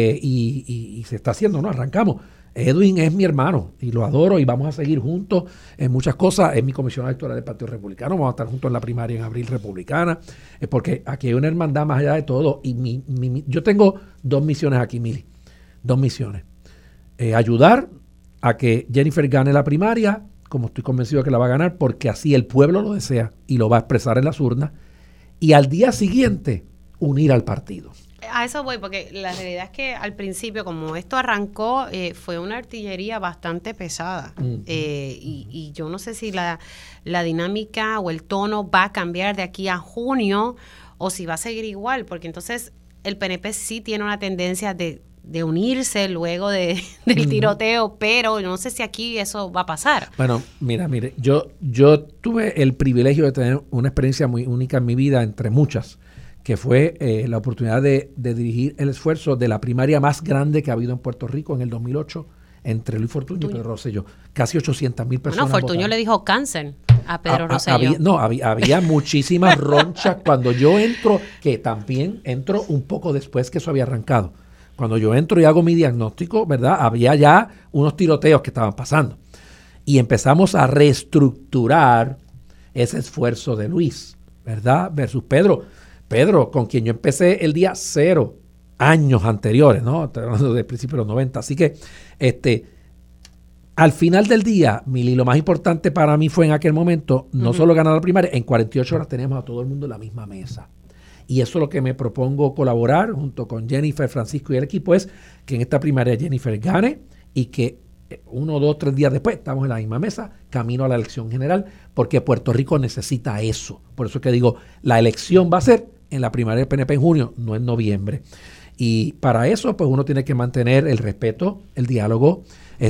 y se está haciendo, ¿no? Arrancamos. Edwin es mi hermano y lo adoro y vamos a seguir juntos en muchas cosas. Es mi comisionado electoral del Partido Republicano. Vamos a estar juntos en la primaria en abril republicana. Porque aquí hay una hermandad más allá de todo. Y yo tengo 2 misiones aquí, Mili. 2 misiones. Ayudar a que Jennifer gane la primaria, como estoy convencido de que la va a ganar, porque así el pueblo lo desea y lo va a expresar en las urnas. Y al día siguiente, unir al partido. A eso voy, porque la realidad es que al principio, como esto arrancó, fue una artillería bastante pesada. Y yo no sé si la dinámica o el tono va a cambiar de aquí a junio o si va a seguir igual, porque entonces el PNP sí tiene una tendencia de unirse luego del tiroteo, pero yo no sé si aquí eso va a pasar. Bueno, mire, yo tuve el privilegio de tener una experiencia muy única en mi vida, entre muchas, que fue la oportunidad de dirigir el esfuerzo de la primaria más grande que ha habido en Puerto Rico en el 2008 entre Luis Fortuño y Pedro Rosselló. Casi 800,000 personas. Bueno, Fortuño votaron. Le dijo cáncer a Pedro Rosselló. Había muchísimas ronchas cuando yo entro, que también entro un poco después que eso había arrancado. Cuando yo entro y hago mi diagnóstico, ¿verdad? Había ya unos tiroteos que estaban pasando. Y empezamos a reestructurar ese esfuerzo de Luis, ¿verdad? Versus Pedro. Pedro, con quien yo empecé el día 0, años anteriores, ¿no? Estoy hablando del principio de los 90. Así que, al final del día, Mili, lo más importante para mí fue en aquel momento, no solo ganar la primaria, en 48 horas teníamos a todo el mundo en la misma mesa. Y eso es lo que me propongo colaborar junto con Jennifer, Francisco y el equipo, es que en esta primaria Jennifer gane y que 1, 2, 3 días después estamos en la misma mesa, camino a la elección general, porque Puerto Rico necesita eso. Por eso es que digo, la elección va a ser en la primaria del PNP en junio, no en noviembre. Y para eso, pues uno tiene que mantener el respeto, el diálogo,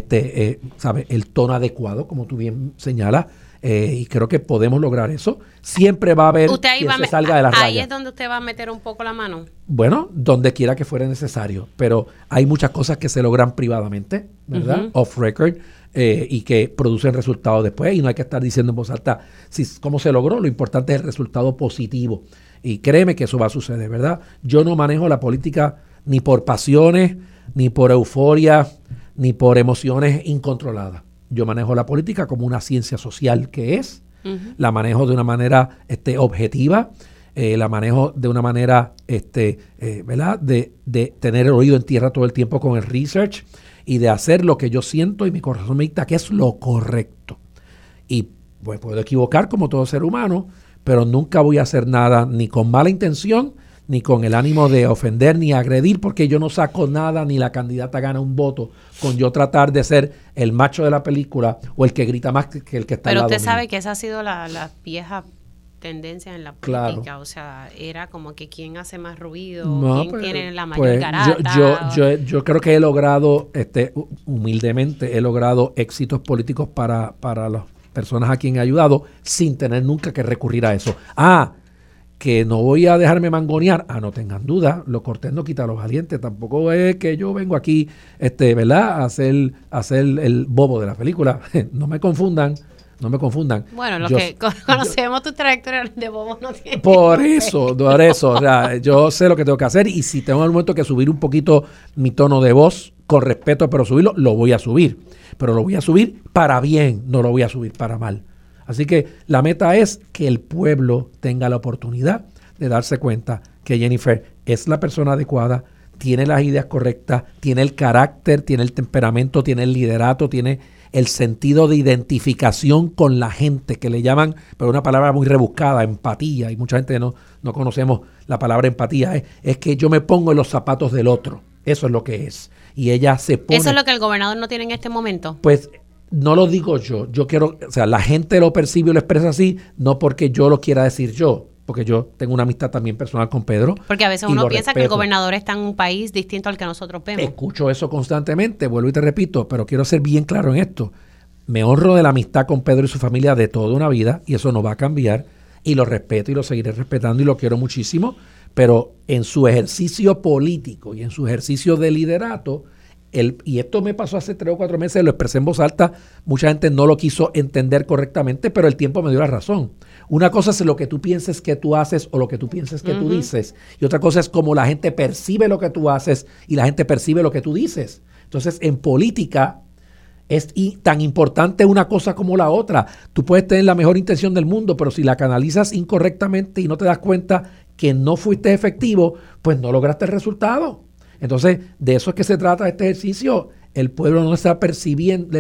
¿sabe? El tono adecuado, como tú bien señalas, y creo que podemos lograr eso. Siempre va a haber quien se salga de las rayas. Ahí es donde usted va a meter un poco la mano. Bueno, donde quiera que fuera necesario, pero hay muchas cosas que se logran privadamente, ¿verdad? Off record, y que producen resultados después, y no hay que estar diciendo en voz alta cómo se logró. Lo importante es el resultado positivo, y créeme que eso va a suceder, ¿verdad? Yo no manejo la política ni por pasiones, ni por euforia, ni por emociones incontroladas. Yo manejo la política como una ciencia social que es, la manejo de una manera objetiva, la manejo de una manera, ¿verdad? De tener el oído en tierra todo el tiempo con el research y de hacer lo que yo siento y mi corazón me dicta que es lo correcto. Y pues puedo equivocar como todo ser humano, pero nunca voy a hacer nada ni con mala intención, ni con el ánimo de ofender ni agredir, porque yo no saco nada, ni la candidata gana un voto con yo tratar de ser el macho de la película o el que grita más que el que está al lado mío. Pero usted sabe que esa ha sido la vieja tendencia en la política, claro. O sea, era como que quién hace más ruido, quién tiene la mayor garata. Yo creo que he logrado, humildemente, he logrado éxitos políticos para las personas a quien he ayudado sin tener nunca que recurrir a eso. Que no voy a dejarme mangonear. No tengan duda, lo cortés no quita lo valiente. Tampoco es que yo vengo aquí, ¿verdad? a hacer el bobo de la película. No me confundan. Bueno, los que conocemos tu trayectoria de bobo no tiene. Por eso. O sea, yo sé lo que tengo que hacer, y si tengo en algún momento que subir un poquito mi tono de voz, con respeto, pero subirlo, lo voy a subir. Pero lo voy a subir para bien, no lo voy a subir para mal. Así que la meta es que el pueblo tenga la oportunidad de darse cuenta que Jennifer es la persona adecuada, tiene las ideas correctas, tiene el carácter, tiene el temperamento, tiene el liderato, tiene el sentido de identificación con la gente, que le llaman, pero una palabra muy rebuscada, empatía, y mucha gente no conocemos la palabra empatía. Es que yo me pongo en los zapatos del otro. Eso es lo que es. Y ella se pone... ¿Eso es lo que el gobernador no tiene en este momento? Pues... no lo digo yo quiero, o sea, la gente lo percibe y lo expresa así, no porque yo lo quiera decir yo, porque yo tengo una amistad también personal con Pedro. Porque a veces uno piensa que el gobernador está en un país distinto al que nosotros vemos. Escucho eso constantemente, vuelvo y te repito, pero quiero ser bien claro en esto. Me honro de la amistad con Pedro y su familia de toda una vida, y eso no va a cambiar, y lo respeto y lo seguiré respetando y lo quiero muchísimo, pero en su ejercicio político y en su ejercicio de liderato, y esto me pasó hace 3 o 4 meses, lo expresé en voz alta, mucha gente no lo quiso entender correctamente, pero el tiempo me dio la razón. Una cosa es lo que tú pienses que tú haces o lo que tú pienses que tú dices, y otra cosa es cómo la gente percibe lo que tú haces y la gente percibe lo que tú dices. Entonces, en política es tan importante una cosa como la otra. Tú puedes tener la mejor intención del mundo, pero si la canalizas incorrectamente y no te das cuenta que no fuiste efectivo, pues no lograste el resultado. Entonces, de eso es que se trata este ejercicio. El pueblo no está percibiendo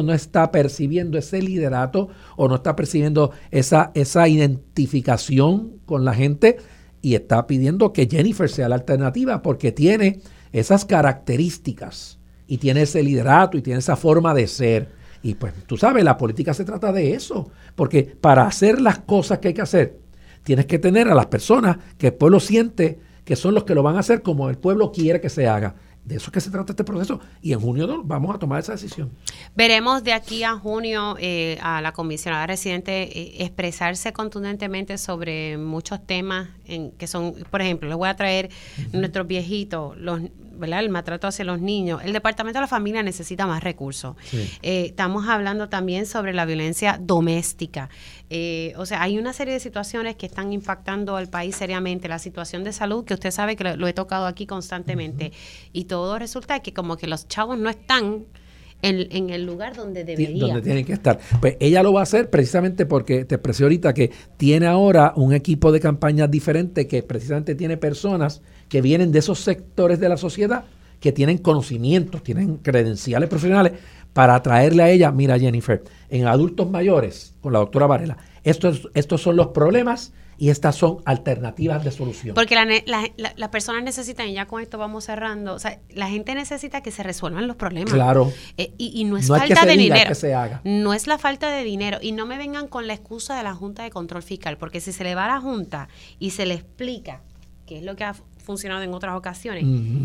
ese liderato, o no está percibiendo esa identificación con la gente, y está pidiendo que Jennifer sea la alternativa porque tiene esas características y tiene ese liderato y tiene esa forma de ser. Y pues tú sabes, la política se trata de eso, porque para hacer las cosas que hay que hacer, tienes que tener a las personas que el pueblo siente que son los que lo van a hacer como el pueblo quiere que se haga. De eso es que se trata este proceso, y en junio vamos a tomar esa decisión. Veremos de aquí a junio a la comisionada residente expresarse contundentemente sobre muchos temas que son, por ejemplo, les voy a traer nuestros viejitos, ¿verdad? El maltrato hacia los niños. El Departamento de la Familia necesita más recursos. Sí. Estamos hablando también sobre la violencia doméstica. O sea, hay una serie de situaciones que están impactando al país seriamente. La situación de salud, que usted sabe que lo he tocado aquí constantemente, y todo resulta que como que los chavos no están en el lugar donde deberían. Donde tienen que estar. Pues ella lo va a hacer precisamente porque te expresé ahorita que tiene ahora un equipo de campañas diferente, que precisamente tiene personas que vienen de esos sectores de la sociedad, que tienen conocimientos, tienen credenciales profesionales para traerle a ella, mira Jennifer, en adultos mayores, con la doctora Varela, estos son los problemas y estas son alternativas de solución. Porque las personas necesitan, y ya con esto vamos cerrando, o sea, la gente necesita que se resuelvan los problemas. Claro. Y no es no falta es que se de diga, dinero. Es que se haga. No es la falta de dinero. Y no me vengan con la excusa de la Junta de Control Fiscal, porque si se le va a la Junta y se le explica qué es lo que ha funcionado en otras ocasiones,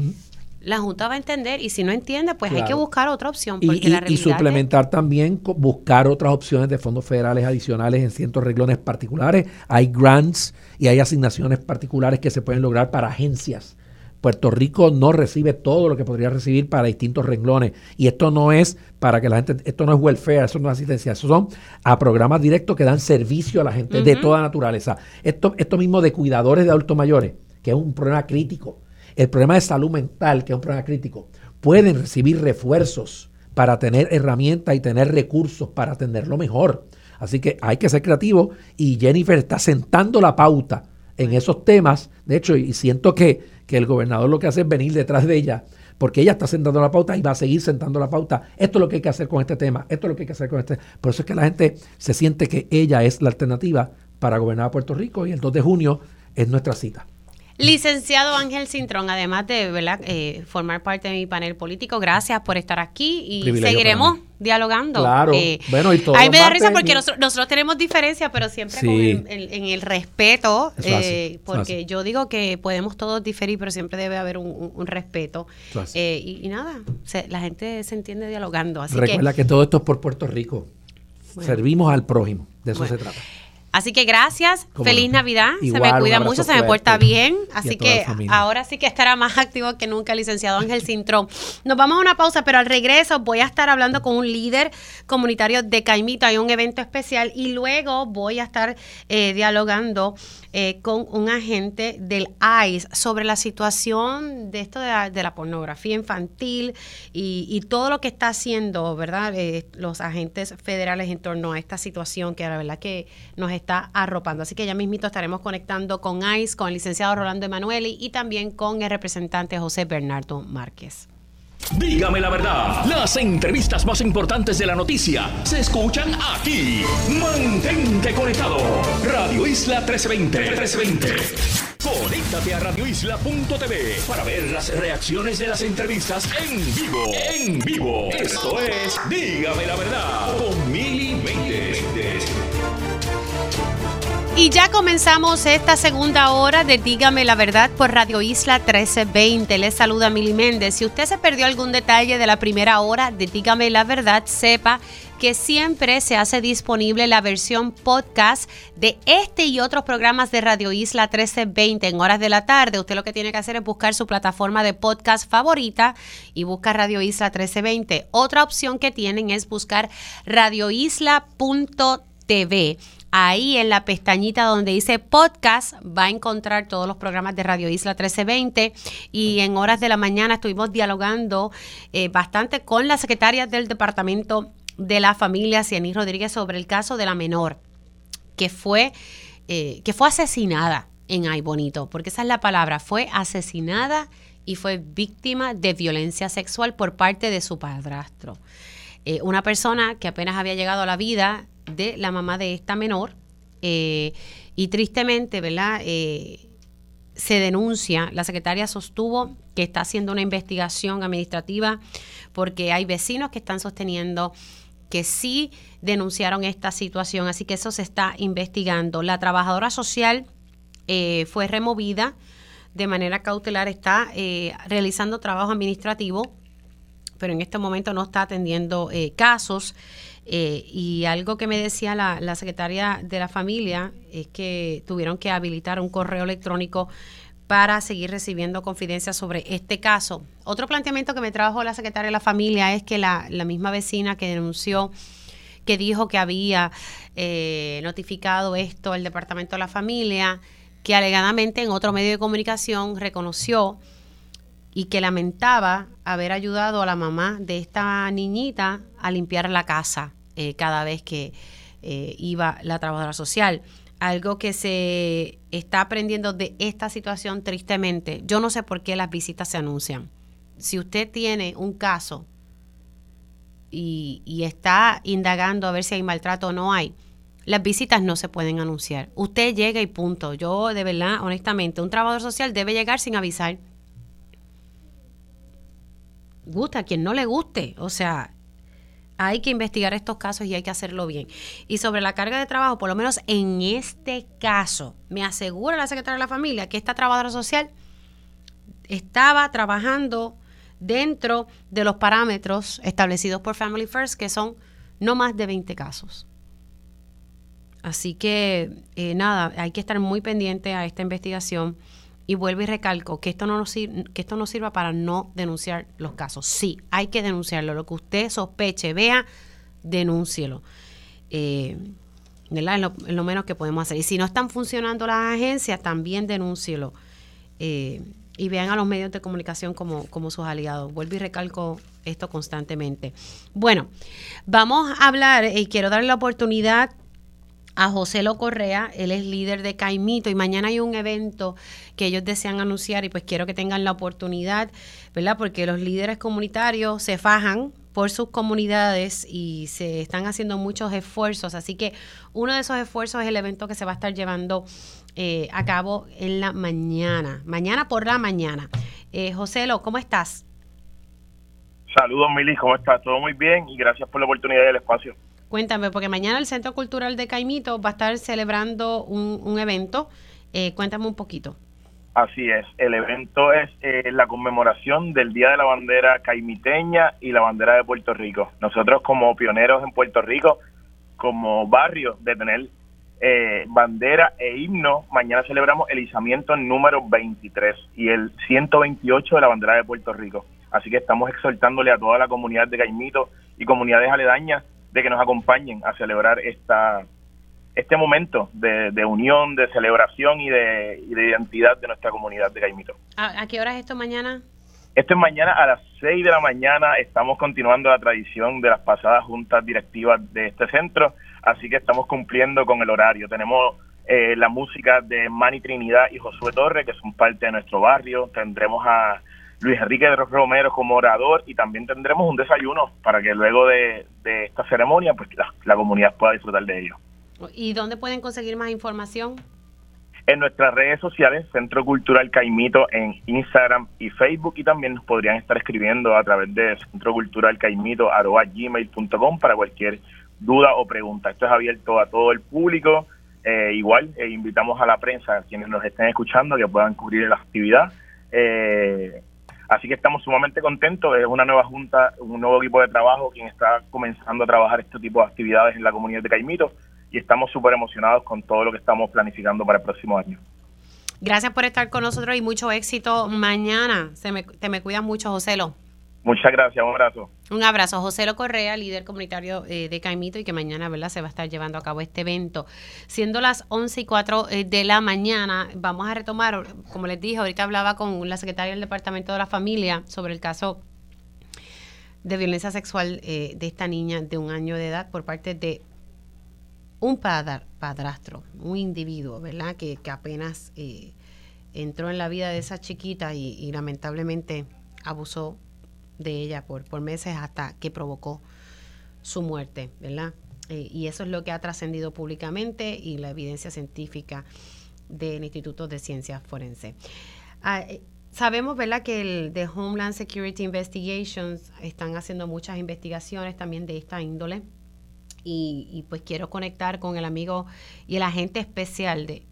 la Junta va a entender, y si no entiende, pues hay que buscar otra opción. Porque Y suplementar también, buscar otras opciones de fondos federales adicionales en ciertos renglones particulares. Hay grants y hay asignaciones particulares que se pueden lograr para agencias. Puerto Rico no recibe todo lo que podría recibir para distintos renglones. Y esto no es para que la gente, esto no es welfare, eso no es asistencia, eso son a programas directos que dan servicio a la gente de toda naturaleza. Esto mismo de cuidadores de adultos mayores, que es un problema crítico. El problema de salud mental, que es un problema crítico, pueden recibir refuerzos para tener herramientas y tener recursos para atenderlo mejor. Así que hay que ser creativo y Jennifer está sentando la pauta en esos temas. De hecho, y siento que el gobernador lo que hace es venir detrás de ella, porque ella está sentando la pauta y va a seguir sentando la pauta. Esto es lo que hay que hacer con este tema, esto es lo que hay que hacer con este. Por eso es que la gente se siente que ella es la alternativa para gobernar a Puerto Rico y el 2 de junio es nuestra cita. Licenciado Ángel Cintrón, además de formar parte de mi panel político, gracias por estar aquí y seguiremos dialogando. Claro. Bueno, y todo. A mí me da risa porque nosotros tenemos diferencias, pero siempre en el respeto, porque yo digo que podemos todos diferir, pero siempre debe haber un respeto. Y nada, la gente se entiende dialogando. Así recuerda que todo esto es por Puerto Rico. Servimos al prójimo, de eso se trata. Así que gracias, feliz Navidad, igual, se me cuida mucho, se me porta bien, así que ahora sí que estará más activo que nunca el licenciado Ángel Cintrón. Nos vamos a una pausa, pero al regreso voy a estar hablando con un líder comunitario de Caimito, hay un evento especial y luego voy a estar dialogando con un agente del ICE sobre la situación de esto de la pornografía infantil y todo lo que está haciendo, ¿verdad? Los agentes federales en torno a esta situación que la verdad que nos está arropando. Así que ya mismito estaremos conectando con ICE, con el licenciado Rolando Emanueli y también con el representante José Bernardo Márquez. Dígame la verdad, las entrevistas más importantes de la noticia se escuchan aquí. Mantente conectado. Radio Isla 1320. Conéctate a radioisla.tv para ver las reacciones de las entrevistas en vivo. En vivo. Esto es Dígame la verdad con Mili Méndez. Y ya comenzamos esta segunda hora de Dígame la Verdad por Radio Isla 1320. Les saluda Mili Méndez. Si usted se perdió algún detalle de la primera hora de Dígame la Verdad, sepa que siempre se hace disponible la versión podcast de este y otros programas de Radio Isla 1320 en horas de la tarde. Usted lo que tiene que hacer es buscar su plataforma de podcast favorita y busca Radio Isla 1320. Otra opción que tienen es buscar radioisla.tv. Ahí en la pestañita donde dice podcast va a encontrar todos los programas de Radio Isla 1320 y en horas de la mañana estuvimos dialogando bastante con la secretaria del Departamento de la Familia, Cianí Rodríguez, sobre el caso de la menor que fue asesinada en Ay Bonito, porque esa es la palabra, fue asesinada y fue víctima de violencia sexual por parte de su padrastro. Una persona que apenas había llegado a la vida de la mamá de esta menor y tristemente, ¿verdad? Se denuncia, la secretaria sostuvo que está haciendo una investigación administrativa porque hay vecinos que están sosteniendo que sí denunciaron esta situación, así que eso se está investigando. La trabajadora social fue removida de manera cautelar, está realizando trabajo administrativo, pero en este momento no está atendiendo casos. Y algo que me decía la secretaria de la familia es que tuvieron que habilitar un correo electrónico para seguir recibiendo confidencias sobre este caso. Otro planteamiento que me trajo la secretaria de la familia es que la misma vecina que denunció, que dijo que había notificado esto al Departamento de la Familia, que alegadamente en otro medio de comunicación reconoció y que lamentaba haber ayudado a la mamá de esta niñita a limpiar la casa cada vez que iba la trabajadora social. Algo que se está aprendiendo de esta situación tristemente. Yo no sé por qué las visitas se anuncian. Si usted tiene un caso y está indagando a ver si hay maltrato o no hay, las visitas no se pueden anunciar. Usted llega y punto. Yo, de verdad, honestamente, un trabajador social debe llegar sin avisar. Gusta a quien no le guste. O sea, hay que investigar estos casos y hay que hacerlo bien. Y sobre la carga de trabajo, por lo menos en este caso, me asegura la secretaria de la familia que esta trabajadora social estaba trabajando dentro de los parámetros establecidos por Family First, que son no más de 20 casos. Así que, nada, hay que estar muy pendiente a esta investigación y vuelvo y recalco que esto no sirva para no denunciar los casos. Sí, hay que denunciarlo. Lo que usted sospeche, vea, denúncielo. ¿Verdad? Es lo menos que podemos hacer. Y si no están funcionando las agencias, también denúncielo. Y vean a los medios de comunicación como sus aliados. Vuelvo y recalco esto constantemente. Bueno, vamos a hablar y quiero darle la oportunidad a José Lo Correa. Él es líder de Caimito y mañana hay un evento que ellos desean anunciar y pues quiero que tengan la oportunidad, ¿verdad? Porque los líderes comunitarios se fajan por sus comunidades y se están haciendo muchos esfuerzos, así que uno de esos esfuerzos es el evento que se va a estar llevando a cabo en la mañana por la mañana. José Lo, ¿cómo estás? Saludos, Mili, ¿cómo estás? Todo muy bien y gracias por la oportunidad y el espacio. Cuéntame, porque mañana el Centro Cultural de Caimito va a estar celebrando un evento. Cuéntame un poquito. Así es, el evento es la conmemoración del Día de la Bandera Caimiteña y la Bandera de Puerto Rico. Nosotros como pioneros en Puerto Rico, como barrio de tener bandera e himno, mañana celebramos el izamiento número 23 y el 128 de la bandera de Puerto Rico. Así que estamos exhortándole a toda la comunidad de Caimito y comunidades aledañas de que nos acompañen a celebrar este momento de unión, de celebración y de identidad de nuestra comunidad de Caimito. ¿A qué hora es esto mañana? Esto es mañana a las 6 de la mañana. Estamos continuando la tradición de las pasadas juntas directivas de este centro, así que estamos cumpliendo con el horario. Tenemos la música de Manny Trinidad y Josué Torres, que son parte de nuestro barrio. Tendremos a Luis Enrique de Romero como orador y también tendremos un desayuno para que luego de esta ceremonia pues la comunidad pueda disfrutar de ello. ¿Y dónde pueden conseguir más información? En nuestras redes sociales, Centro Cultural Caimito en Instagram y Facebook, y también nos podrían estar escribiendo a través de centroculturalcaimito@gmail.com para cualquier duda o pregunta. Esto es abierto a todo el público. Igual invitamos a la prensa, a quienes nos estén escuchando, que puedan cubrir la actividad. Así que estamos sumamente contentos. Es una nueva junta, un nuevo equipo de trabajo quien está comenzando a trabajar este tipo de actividades en la comunidad de Caimito y estamos súper emocionados con todo lo que estamos planificando para el próximo año. Gracias por estar con nosotros y mucho éxito mañana. Te me cuidas mucho, José Lo. Muchas gracias, un abrazo. Un abrazo, José Lo Correa, líder comunitario de Caimito, y que mañana, ¿verdad?, se va a estar llevando a cabo este evento. Siendo las 11:04 de la mañana, vamos a retomar, como les dije, ahorita hablaba con la secretaria del Departamento de la Familia sobre el caso de violencia sexual de esta niña de 1 año de edad por parte de un padrastro, un individuo, ¿verdad?, que apenas entró en la vida de esa chiquita y lamentablemente abusó de ella por meses hasta que provocó su muerte, ¿verdad? Y eso es lo que ha trascendido públicamente y la evidencia científica del Instituto de Ciencias Forenses. Sabemos, ¿verdad?, que el de Homeland Security Investigations están haciendo muchas investigaciones también de esta índole y pues quiero conectar con el amigo y el agente especial de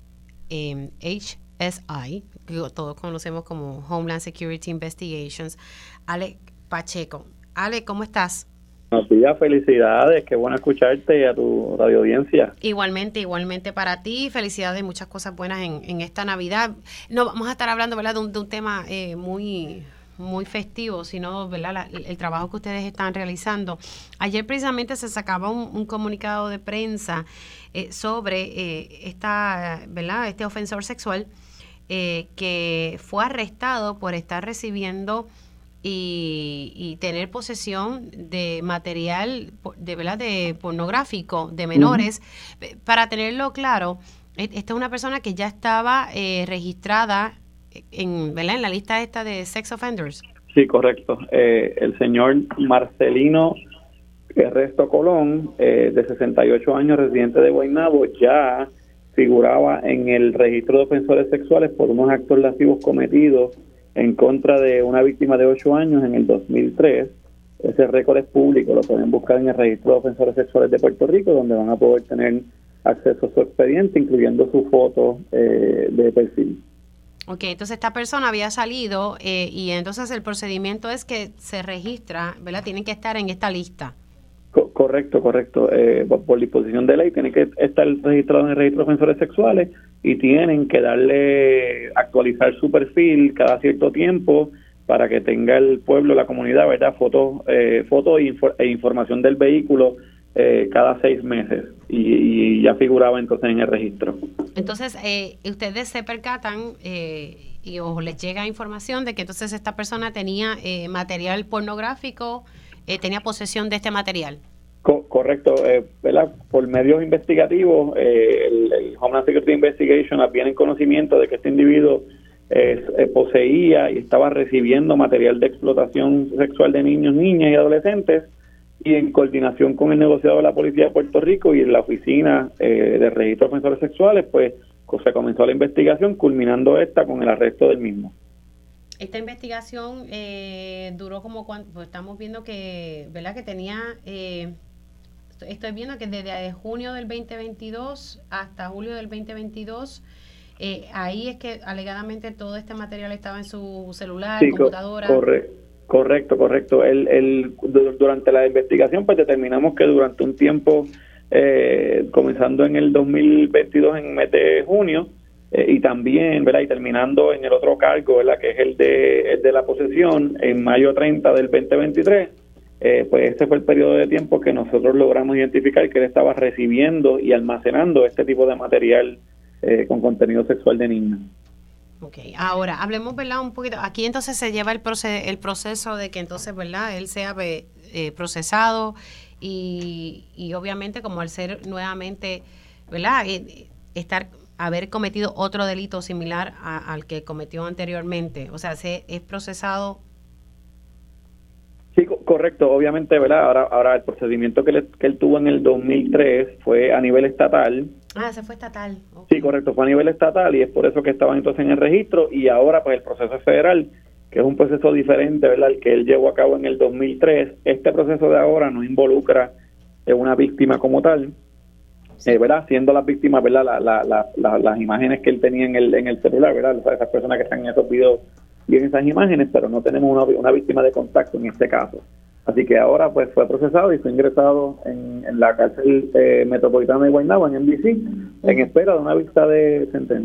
HSI, que todos conocemos como Homeland Security Investigations, Ale Pacheco. Ale, ¿cómo estás? Buenos días, felicidades, qué bueno escucharte y a tu radio audiencia. Igualmente para ti, felicidades y muchas cosas buenas en esta Navidad. No vamos a estar hablando, ¿verdad?, de un tema muy festivo, sino, ¿verdad?, el trabajo que ustedes están realizando. Ayer precisamente se sacaba un comunicado de prensa sobre este ofensor sexual que fue arrestado por estar recibiendo y tener posesión de material de pornográfico de menores. Para tenerlo claro, esta es una persona que ya estaba registrada en la lista esta de sex offenders. Sí, correcto. El señor Marcelino Ernesto Colón, de 68 años, residente de Guaynabo, ya figuraba en el registro de ofensores sexuales por unos actos lascivos cometidos en contra de una víctima de 8 años en el 2003. Ese récord es público, lo pueden buscar en el registro de ofensores sexuales de Puerto Rico, donde van a poder tener acceso a su expediente, incluyendo su foto de perfil. Ok, entonces esta persona había salido y entonces el procedimiento es que se registra, ¿verdad? Tienen que estar en esta lista. Correcto. Por disposición de ley tiene que estar registrado en el registro de ofensores sexuales y tienen que actualizar su perfil cada cierto tiempo para que tenga el pueblo, la comunidad, ¿verdad? Fotos e información del vehículo cada 6 meses y ya figuraba entonces en el registro. Entonces, ustedes se percatan o les llega información de que entonces esta persona tenía material pornográfico, tenía posesión de este material. Correcto, ¿verdad? Por medios investigativos, el Homeland Security Investigation viene en conocimiento de que este individuo poseía y estaba recibiendo material de explotación sexual de niños, niñas y adolescentes, y en coordinación con el negociado de la Policía de Puerto Rico y en la Oficina de Registro de Ofensores Sexuales, pues se comenzó la investigación, culminando esta con el arresto del mismo. Esta investigación duró como cuánto, pues estamos viendo que, ¿verdad? Que tenía, estoy viendo que desde junio del 2022 hasta julio del 2022, ahí es que alegadamente todo este material estaba en su celular, sí, computadora. Correcto. Durante la investigación, pues determinamos que durante un tiempo, comenzando en el 2022, en el mes de junio, y también, ¿verdad? Y terminando en el otro cargo, ¿verdad? Que es el de la posesión, en mayo 30 del 2023, pues ese fue el periodo de tiempo que nosotros logramos identificar que él estaba recibiendo y almacenando este tipo de material con contenido sexual de niños. Ok, ahora hablemos, ¿verdad? Un poquito, aquí entonces se lleva el proceso de que entonces, ¿verdad? Él sea procesado y obviamente como al ser nuevamente, ¿verdad? Haber cometido otro delito similar al que cometió anteriormente, o sea, es procesado. Sí, correcto, obviamente, ¿verdad? Ahora el procedimiento que él tuvo en el 2003 fue a nivel estatal. Se fue estatal. Okay. Sí, correcto, fue a nivel estatal y es por eso que estaba entonces en el registro, y ahora pues el proceso es federal, que es un proceso diferente, ¿verdad? El que él llevó a cabo en el 2003. Este proceso de ahora no involucra una víctima como tal, sí. ¿Verdad? Siendo las víctimas, ¿verdad? Las imágenes que él tenía en el celular, ¿verdad? O sea, esas personas que están en esos videos vienen esas imágenes, pero no tenemos una víctima de contacto en este caso. Así que ahora pues fue procesado y fue ingresado en la cárcel metropolitana de Guaynabo, en MDC, en espera de una vista de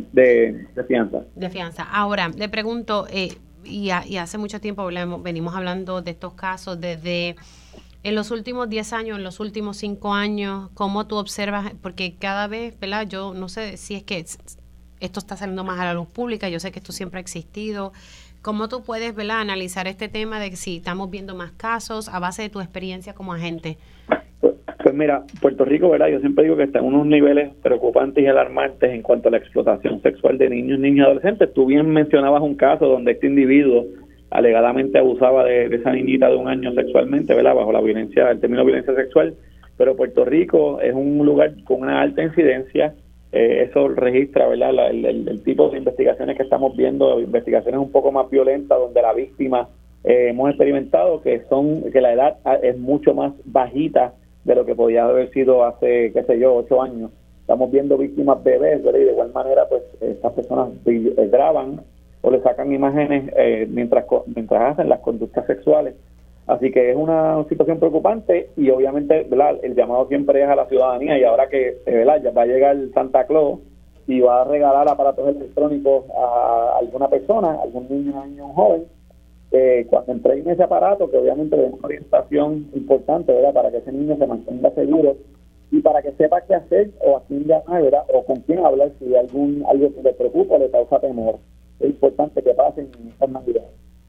fianza. De fianza. Ahora, le pregunto, y hace mucho tiempo venimos hablando de estos casos desde en los últimos 10 años, en los últimos 5 años, ¿cómo tú observas? Porque cada vez, ¿verdad? Yo no sé si es que esto está saliendo más a la luz pública, yo sé que esto siempre ha existido. ¿Cómo tú puedes, ¿verdad?, analizar este tema de si estamos viendo más casos a base de tu experiencia como agente? Pues mira, Puerto Rico, ¿verdad? Yo siempre digo que está en unos niveles preocupantes y alarmantes en cuanto a la explotación sexual de niños, niñas y adolescentes. Tú bien mencionabas un caso donde este individuo alegadamente abusaba de esa niñita de 1 año sexualmente, ¿verdad?, bajo el término violencia sexual. Pero Puerto Rico es un lugar con una alta incidencia. Eso registra, ¿verdad?, el tipo de investigaciones que estamos viendo, investigaciones un poco más violentas, donde la víctima hemos experimentado que la edad es mucho más bajita de lo que podía haber sido hace, 8 años. Estamos viendo víctimas bebés, ¿verdad? Y de igual manera, pues, estas personas graban o le sacan imágenes mientras hacen las conductas sexuales. Así que es una situación preocupante y obviamente, ¿verdad?, el llamado siempre es a la ciudadanía, y ahora que, ¿verdad?, ya va a llegar Santa Claus y va a regalar aparatos electrónicos a alguna persona, algún niño o joven, cuando entreguen ese aparato, que obviamente le den una orientación importante, ¿verdad?, para que ese niño se mantenga seguro y para que sepa qué hacer o a quién llamar, ¿verdad?, o con quién hablar si algo que le preocupa o le causa temor. Es importante que pasen en estas navidades.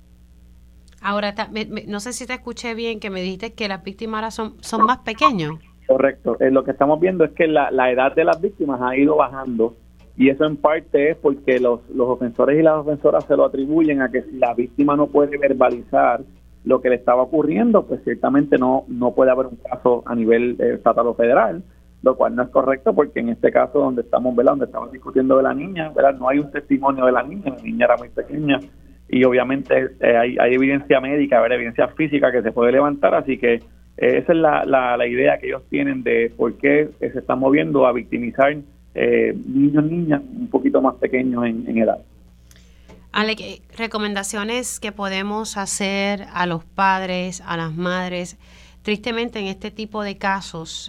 Ahora, no sé si te escuché bien, que me dijiste que las víctimas ahora son más pequeños. Correcto. Lo que estamos viendo es que la edad de las víctimas ha ido bajando, y eso en parte es porque los ofensores y las ofensoras se lo atribuyen a que si la víctima no puede verbalizar lo que le estaba ocurriendo, pues ciertamente no puede haber un caso a nivel estatal o federal, lo cual no es correcto porque en este caso donde estamos discutiendo de la niña, ¿verdad? No hay un testimonio de la niña era muy pequeña y obviamente hay evidencia médica, ¿verdad? Evidencia física que se puede levantar, así que esa es la idea que ellos tienen de por qué se están moviendo a victimizar niñas un poquito más pequeños en edad. Ale, recomendaciones que podemos hacer a los padres, a las madres, tristemente en este tipo de casos,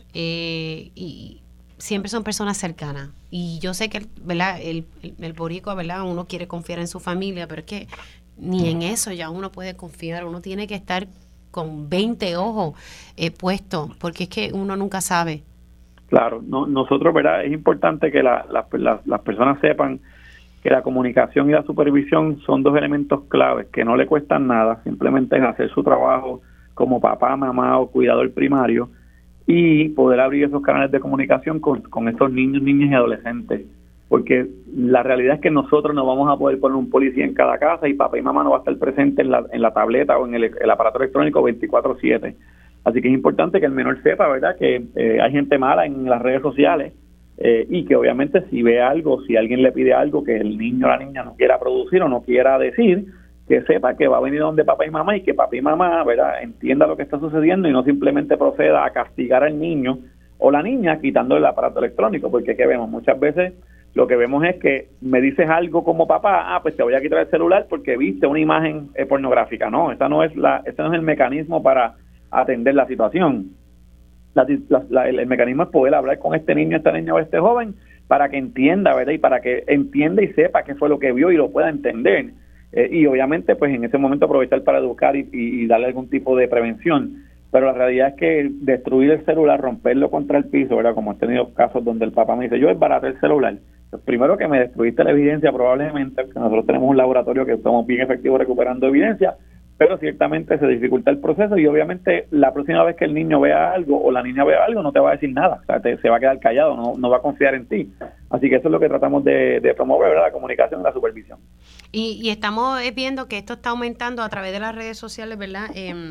y siempre son personas cercanas. Y yo sé que, ¿verdad? El boricua, ¿verdad? Uno quiere confiar en su familia, pero es que ni en eso ya uno puede confiar. Uno tiene que estar con 20 ojos puestos, porque es que uno nunca sabe. Claro, nosotros, ¿verdad? Es importante que las personas sepan que la comunicación y la supervisión son dos elementos claves que no le cuestan nada, simplemente es hacer su trabajo como papá, mamá o cuidador primario y poder abrir esos canales de comunicación con estos niños, niñas y adolescentes, porque la realidad es que nosotros no vamos a poder poner un policía en cada casa y papá y mamá no va a estar presente en la tableta o en el aparato electrónico 24/7. Así que es importante que el menor sepa, ¿verdad?, que hay gente mala en las redes sociales, y que obviamente si ve algo, si alguien le pide algo que el niño o la niña no quiera producir o no quiera decir, que sepa que va a venir donde papá y mamá y que papá y mamá, ¿verdad?, entienda lo que está sucediendo y no simplemente proceda a castigar al niño o la niña quitándole el aparato electrónico, porque ¿qué vemos? Muchas veces lo que vemos es que me dices algo como papá, pues te voy a quitar el celular porque viste una imagen pornográfica. No, ese no es el mecanismo para atender la situación. El mecanismo es poder hablar con este niño, esta niña o este joven para que entienda, ¿verdad? Y para que entienda y sepa qué fue lo que vio y lo pueda entender. Y obviamente, pues en ese momento aprovechar para educar y darle algún tipo de prevención. Pero la realidad es que destruir el celular, romperlo contra el piso, ¿verdad? Como he tenido casos donde el papá me dice, yo desbaraté el celular. Pues primero que me destruiste la evidencia probablemente, porque nosotros tenemos un laboratorio que somos bien efectivos recuperando evidencia, pero ciertamente se dificulta el proceso y obviamente la próxima vez que el niño vea algo o la niña vea algo no te va a decir nada, o sea, se va a quedar callado, no va a confiar en ti. Así que eso es lo que tratamos de promover, ¿verdad? La comunicación y la supervisión. Y estamos viendo que esto está aumentando a través de las redes sociales, ¿verdad?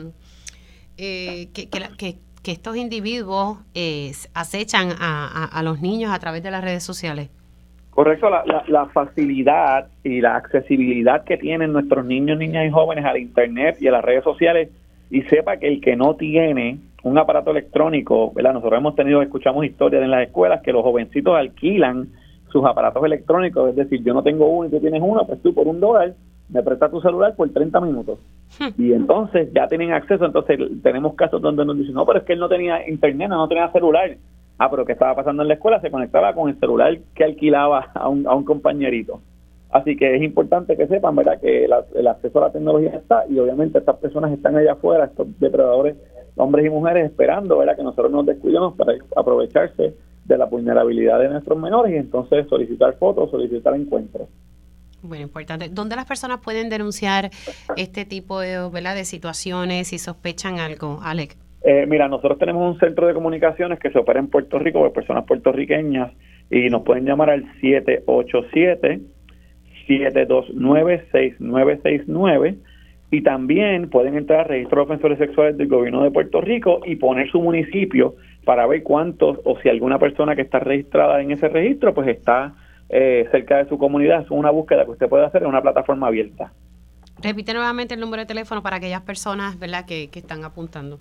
Que estos individuos acechan a los niños a través de las redes sociales. Correcto, la facilidad y la accesibilidad que tienen nuestros niños, niñas y jóvenes al internet y a las redes sociales, y sepa que el que no tiene un aparato electrónico, ¿verdad? Nosotros escuchamos historias en las escuelas que los jovencitos alquilan sus aparatos electrónicos, es decir, yo no tengo uno y tú tienes uno, pues tú por $1 me prestas tu celular por 30 minutos. Y entonces ya tienen acceso, entonces tenemos casos donde nos dicen, no, pero es que él no tenía internet, no tenía celular. Pero ¿qué estaba pasando en la escuela? Se conectaba con el celular que alquilaba a un compañerito. Así que es importante que sepan, ¿verdad?, que el acceso a la tecnología está y obviamente estas personas están allá afuera, estos depredadores, hombres y mujeres, esperando, ¿verdad?, que nosotros nos descuidemos para aprovecharse de la vulnerabilidad de nuestros menores y entonces solicitar fotos, solicitar encuentros. Bueno, importante. ¿Dónde las personas pueden denunciar este tipo de, ¿verdad?, de situaciones si sospechan algo, Alex? Mira, nosotros tenemos un centro de comunicaciones que se opera en Puerto Rico por personas puertorriqueñas y nos pueden llamar al 787-729-6969 y también pueden entrar al registro de ofensores sexuales del gobierno de Puerto Rico y poner su municipio para ver cuántos o si alguna persona que está registrada en ese registro pues está cerca de su comunidad. Es una búsqueda que usted puede hacer en una plataforma abierta. Repite nuevamente el número de teléfono para aquellas personas, ¿verdad?, que están apuntando.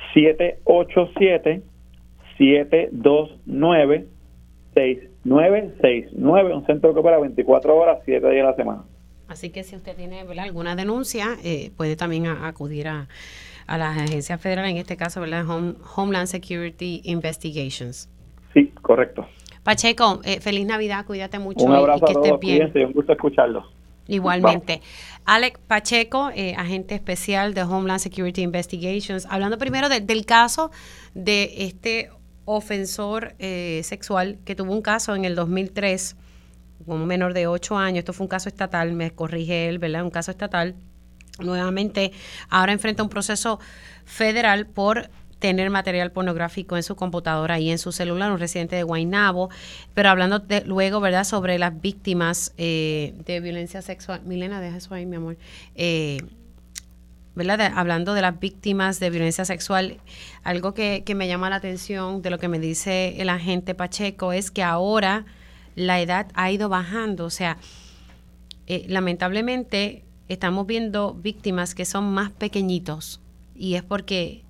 787-729-6969, un centro que opera 24 horas, 7 días a la semana. Así que si usted tiene, ¿verdad?, alguna denuncia, puede también acudir a las agencias federales, en este caso, ¿verdad?, Homeland Security Investigations. Sí, correcto. Pacheco, feliz Navidad, cuídate mucho. Un abrazo y que a todos, estés bien. Cuídense, un gusto escucharlos. Igualmente. Vamos. Alex Pacheco, agente especial de Homeland Security Investigations, hablando primero del caso de este ofensor sexual que tuvo un caso en el 2003 con un menor de 8 años. Esto fue un caso estatal, me corrige él, ¿verdad? Un caso estatal. Nuevamente, ahora enfrenta un proceso federal por tener material pornográfico en su computadora y en su celular, un residente de Guaynabo, pero hablando luego, ¿verdad?, sobre las víctimas de violencia sexual. Milena, deja eso ahí, mi amor. ¿verdad? Hablando de las víctimas de violencia sexual, algo que me llama la atención de lo que me dice el agente Pacheco es que ahora la edad ha ido bajando. O sea, lamentablemente estamos viendo víctimas que son más pequeñitos y es porque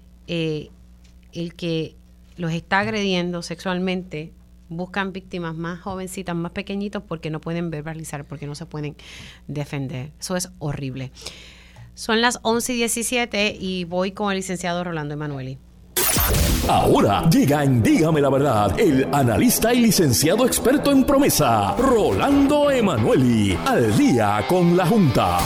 el que los está agrediendo sexualmente buscan víctimas más jovencitas, más pequeñitos porque no pueden verbalizar, porque no se pueden defender. Eso es horrible. Son las 11:17 y voy con el licenciado Rolando Emanueli. Ahora llega en Dígame la Verdad el analista y licenciado experto en promesa, Rolando Emanueli, al día con la Junta.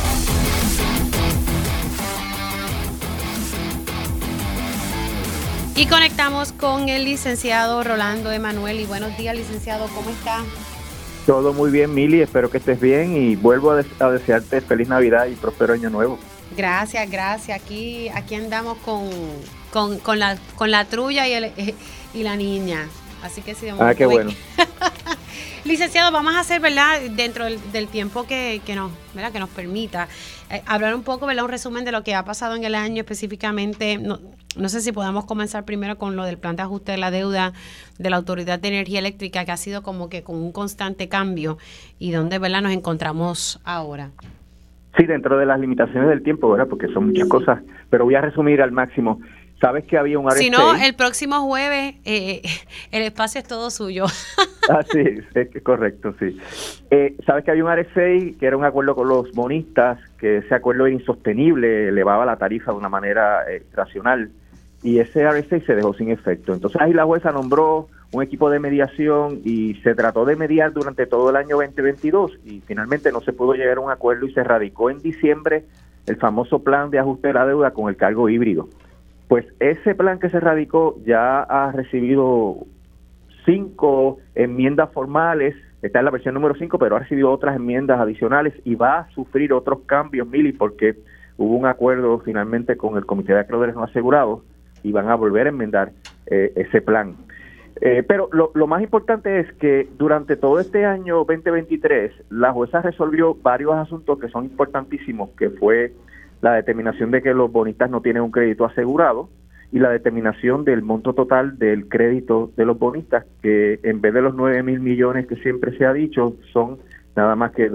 Y conectamos con el licenciado Rolando Emanueli. Buenos días, licenciado, ¿cómo está? Todo muy bien, Mili, espero que estés bien y vuelvo a desearte feliz Navidad y próspero año nuevo. Gracias. Aquí andamos con la trulla y la niña. Así que sí, qué bueno. Licenciado, vamos a hacer, ¿verdad?, dentro del tiempo que nos permita, hablar un poco, ¿verdad?, un resumen de lo que ha pasado en el año específicamente. No sé si podamos comenzar primero con lo del plan de ajuste de la deuda de la Autoridad de Energía Eléctrica, que ha sido como que con un constante cambio y dónde, ¿verdad?, nos encontramos ahora. Sí, dentro de las limitaciones del tiempo, ¿verdad?, porque son muchas cosas, pero voy a resumir al máximo. ¿Sabes que había un RSA? Si no, el próximo jueves el espacio es todo suyo. Sí, es correcto, sí. ¿Sabes que había un RSA que era un acuerdo con los bonistas, que ese acuerdo era insostenible, elevaba la tarifa de una manera racional, y ese RSA se dejó sin efecto? Entonces ahí la jueza nombró un equipo de mediación y se trató de mediar durante todo el año 2022 y finalmente no se pudo llegar a un acuerdo y se radicó en diciembre el famoso plan de ajuste de la deuda con el cargo híbrido. Pues ese plan que se radicó ya ha recibido 5 enmiendas formales, está en la versión número 5, pero ha recibido otras enmiendas adicionales y va a sufrir otros cambios, Mili, porque hubo un acuerdo finalmente con el Comité de Acreedores No Asegurados y van a volver a enmendar ese plan. Pero lo más importante es que durante todo este año 2023, la jueza resolvió varios asuntos que son importantísimos, que fue la determinación de que los bonistas no tienen un crédito asegurado y la determinación del monto total del crédito de los bonistas, que en vez de los 9,000 millones que siempre se ha dicho, son nada más que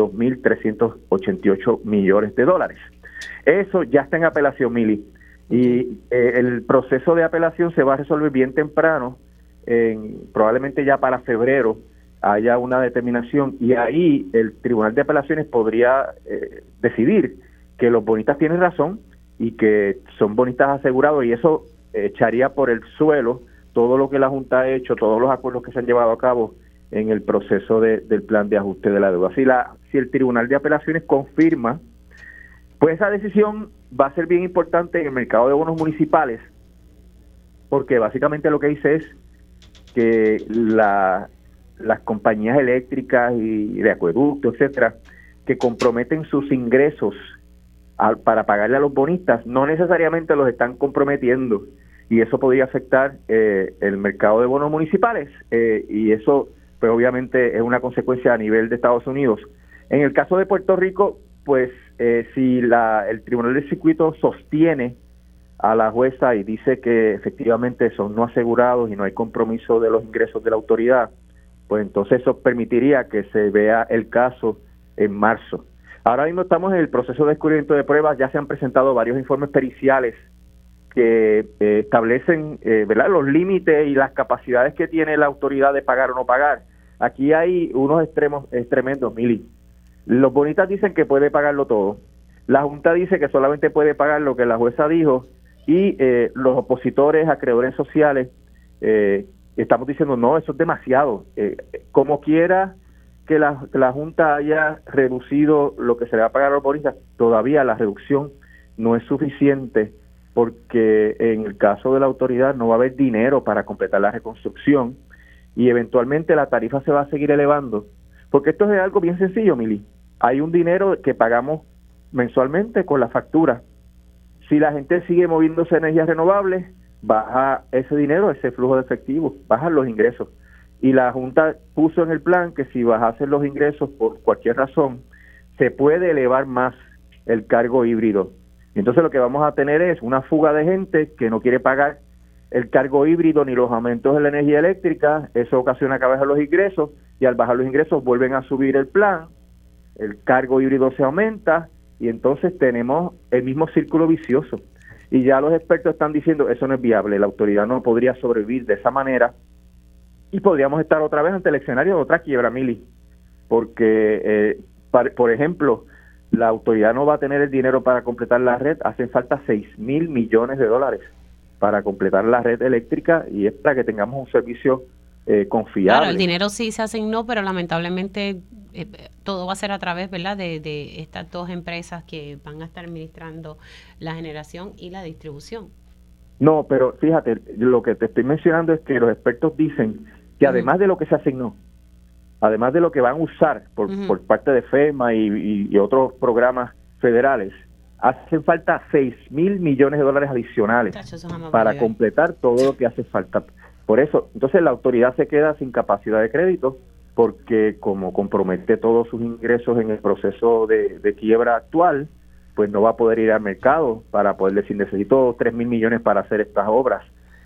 2,388 millones de dólares. Eso ya está en apelación, Mili, y el proceso de apelación se va a resolver bien temprano, probablemente ya para febrero haya una determinación y ahí el Tribunal de Apelaciones podría decidir que los bonistas tienen razón y que son bonistas asegurados, y eso echaría por el suelo todo lo que la Junta ha hecho, todos los acuerdos que se han llevado a cabo en el proceso del plan de ajuste de la deuda. Si el Tribunal de Apelaciones confirma, pues esa decisión va a ser bien importante en el mercado de bonos municipales, porque básicamente lo que dice es que las compañías eléctricas y de acueducto, etcétera, que comprometen sus ingresos para pagarle a los bonistas, no necesariamente los están comprometiendo, y eso podría afectar el mercado de bonos municipales, y eso pues obviamente es una consecuencia a nivel de Estados Unidos. En el caso de Puerto Rico, pues si el Tribunal del Circuito sostiene a la jueza y dice que efectivamente son no asegurados y no hay compromiso de los ingresos de la autoridad, pues entonces eso permitiría que se vea el caso en marzo. Ahora mismo estamos en el proceso de descubrimiento de pruebas, ya se han presentado varios informes periciales que establecen ¿verdad?, los límites y las capacidades que tiene la autoridad de pagar o no pagar. Aquí hay unos extremos tremendos, Mili. Los bonistas dicen que puede pagarlo todo. La Junta dice que solamente puede pagar lo que la jueza dijo, y los opositores, acreedores sociales, estamos diciendo no, eso es demasiado. Como quiera que la Junta haya reducido lo que se le va a pagar a los bonistas, todavía la reducción no es suficiente, porque en el caso de la autoridad no va a haber dinero para completar la reconstrucción y eventualmente la tarifa se va a seguir elevando, porque esto es algo bien sencillo, Mili. Hay un dinero que pagamos mensualmente con la factura. Si la gente sigue moviéndose a energías renovables, baja ese dinero, ese flujo de efectivo, bajan los ingresos. Y la Junta puso en el plan que si bajasen los ingresos por cualquier razón, se puede elevar más el cargo híbrido. Y entonces lo que vamos a tener es una fuga de gente que no quiere pagar el cargo híbrido ni los aumentos de la energía eléctrica. Eso ocasiona que bajen los ingresos, y al bajar los ingresos vuelven a subir el plan, el cargo híbrido se aumenta, y entonces tenemos el mismo círculo vicioso. Y ya los expertos están diciendo eso no es viable, la autoridad no podría sobrevivir de esa manera, y podríamos estar otra vez ante el escenario de otra quiebra, Mili, porque, por ejemplo, la autoridad no va a tener el dinero para completar la red. Hacen falta $6,000 millones para completar la red eléctrica, y es para que tengamos un servicio confiable. Claro, el dinero sí se asignó, pero lamentablemente todo va a ser a través, ¿verdad?, de estas dos empresas que van a estar administrando la generación y la distribución. No, pero fíjate, lo que te estoy mencionando es que los expertos dicen que además de lo que se asignó, además de lo que van a usar por parte de FEMA y otros programas federales, hacen falta $6,000 millones adicionales para completar todo lo que hace falta. Por eso, entonces la autoridad se queda sin capacidad de crédito, porque como compromete todos sus ingresos en el proceso de quiebra actual, pues no va a poder ir al mercado para poder decir necesito $3,000 millones para hacer estas obras.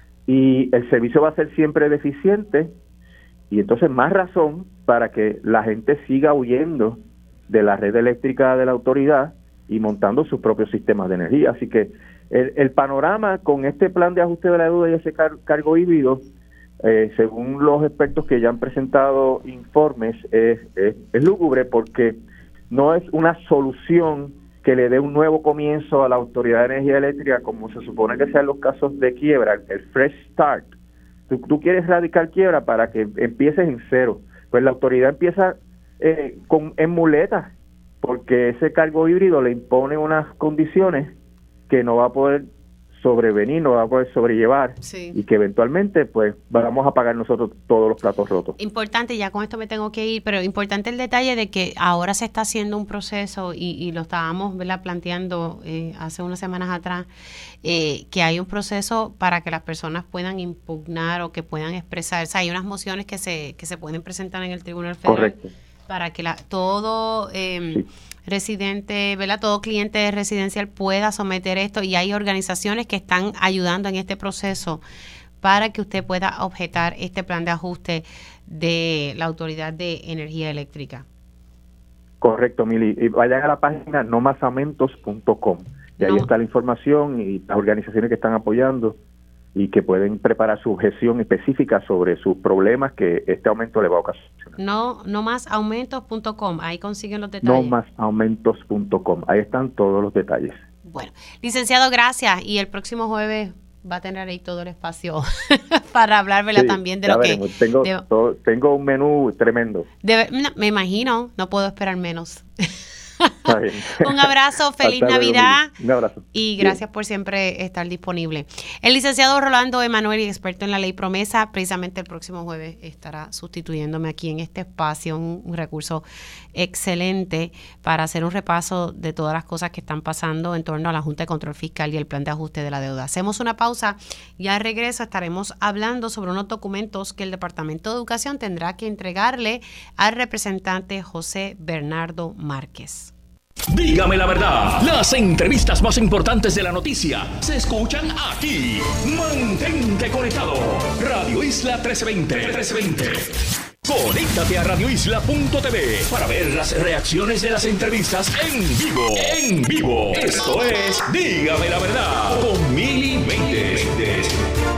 Y el servicio va a ser siempre deficiente, y entonces más razón para que la gente siga huyendo de la red eléctrica de la autoridad y montando sus propios sistemas de energía. Así que el panorama con este plan de ajuste de la deuda y ese cargo híbrido, según los expertos que ya han presentado informes, es lúgubre, porque no es una solución que le dé un nuevo comienzo a la Autoridad de Energía Eléctrica, como se supone que sean los casos de quiebra, el fresh start. Tú quieres erradicar quiebra para que empieces en cero. Pues la autoridad empieza en muletas, porque ese cargo híbrido le impone unas condiciones que no va a poder sobrevenir, no va a poder sobrellevar, y que eventualmente pues vamos a pagar nosotros todos los platos rotos. Importante, ya con esto me tengo que ir, pero importante el detalle de que ahora se está haciendo un proceso, y lo estábamos, ¿verdad?, planteando hace unas semanas atrás, que hay un proceso para que las personas puedan impugnar o que puedan expresar. O sea, hay unas mociones que se pueden presentar en el Tribunal Federal. Correcto. Para que todo residente, ¿verdad?, todo cliente residencial pueda someter esto, y hay organizaciones que están ayudando en este proceso para que usted pueda objetar este plan de ajuste de la Autoridad de Energía Eléctrica. Correcto, Mili. Y vayan a la página nomasaumentos.com, y ahí está la información y las organizaciones que están apoyando y que pueden preparar su objeción específica sobre sus problemas que este aumento le va a ocasionar. Nomasaumentos.com, ahí consiguen los detalles. Nomasaumentos.com, ahí están todos los detalles. Bueno, licenciado, gracias, y el próximo jueves va a tener ahí todo el espacio para hablar, ¿verdad?, también de lo veremos. Tengo un menú tremendo. Me imagino, no puedo esperar menos. Un abrazo, feliz Navidad. Un abrazo. Y gracias por siempre estar disponible. El licenciado Rolando Emanuel, experto en la ley promesa, precisamente el próximo jueves estará sustituyéndome aquí en este espacio, un recurso excelente para hacer un repaso de todas las cosas que están pasando en torno a la Junta de Control Fiscal y el plan de ajuste de la deuda. Hacemos una pausa y al regreso estaremos hablando sobre unos documentos que el Departamento de Educación tendrá que entregarle al representante José Bernardo Márquez. Dígame la verdad, las entrevistas más importantes de la noticia se escuchan aquí. Mantente conectado. Radio Isla 1320. Conéctate a radioisla.tv para ver las reacciones de las entrevistas en vivo. En vivo. Esto es Dígame la verdad con Mili Méndez.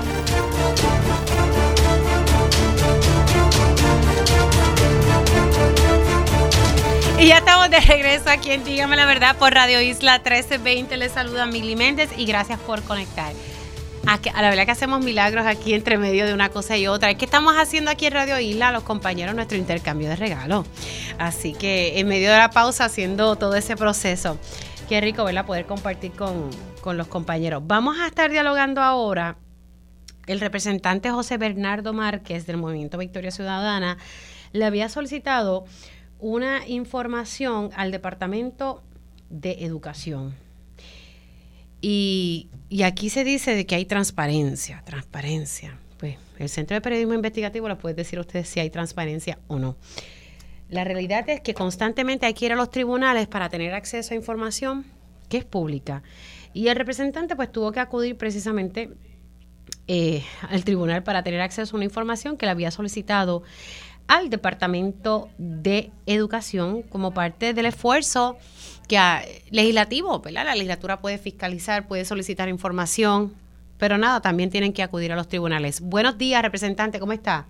Y ya estamos de regreso aquí en Dígame la Verdad por Radio Isla 1320. Les saluda Mili Méndez y gracias por conectar. A la verdad que hacemos milagros aquí entre medio de una cosa y otra. Es que estamos haciendo aquí en Radio Isla, los compañeros, nuestro intercambio de regalos. Así que en medio de la pausa haciendo todo ese proceso. Qué rico, ¿verdad?, poder compartir con los compañeros. Vamos a estar dialogando ahora. El representante José Bernardo Márquez del Movimiento Victoria Ciudadana le había solicitado una información al Departamento de Educación. Y aquí se dice de que hay transparencia. Pues el Centro de Periodismo Investigativo les puede decir a ustedes si hay transparencia o no. La realidad es que constantemente hay que ir a los tribunales para tener acceso a información que es pública. Y el representante pues tuvo que acudir precisamente al tribunal para tener acceso a una información que le había solicitado al Departamento de Educación como parte del esfuerzo legislativo, ¿verdad? La legislatura puede fiscalizar, puede solicitar información, pero nada, también tienen que acudir a los tribunales. Buenos días, representante, ¿cómo está?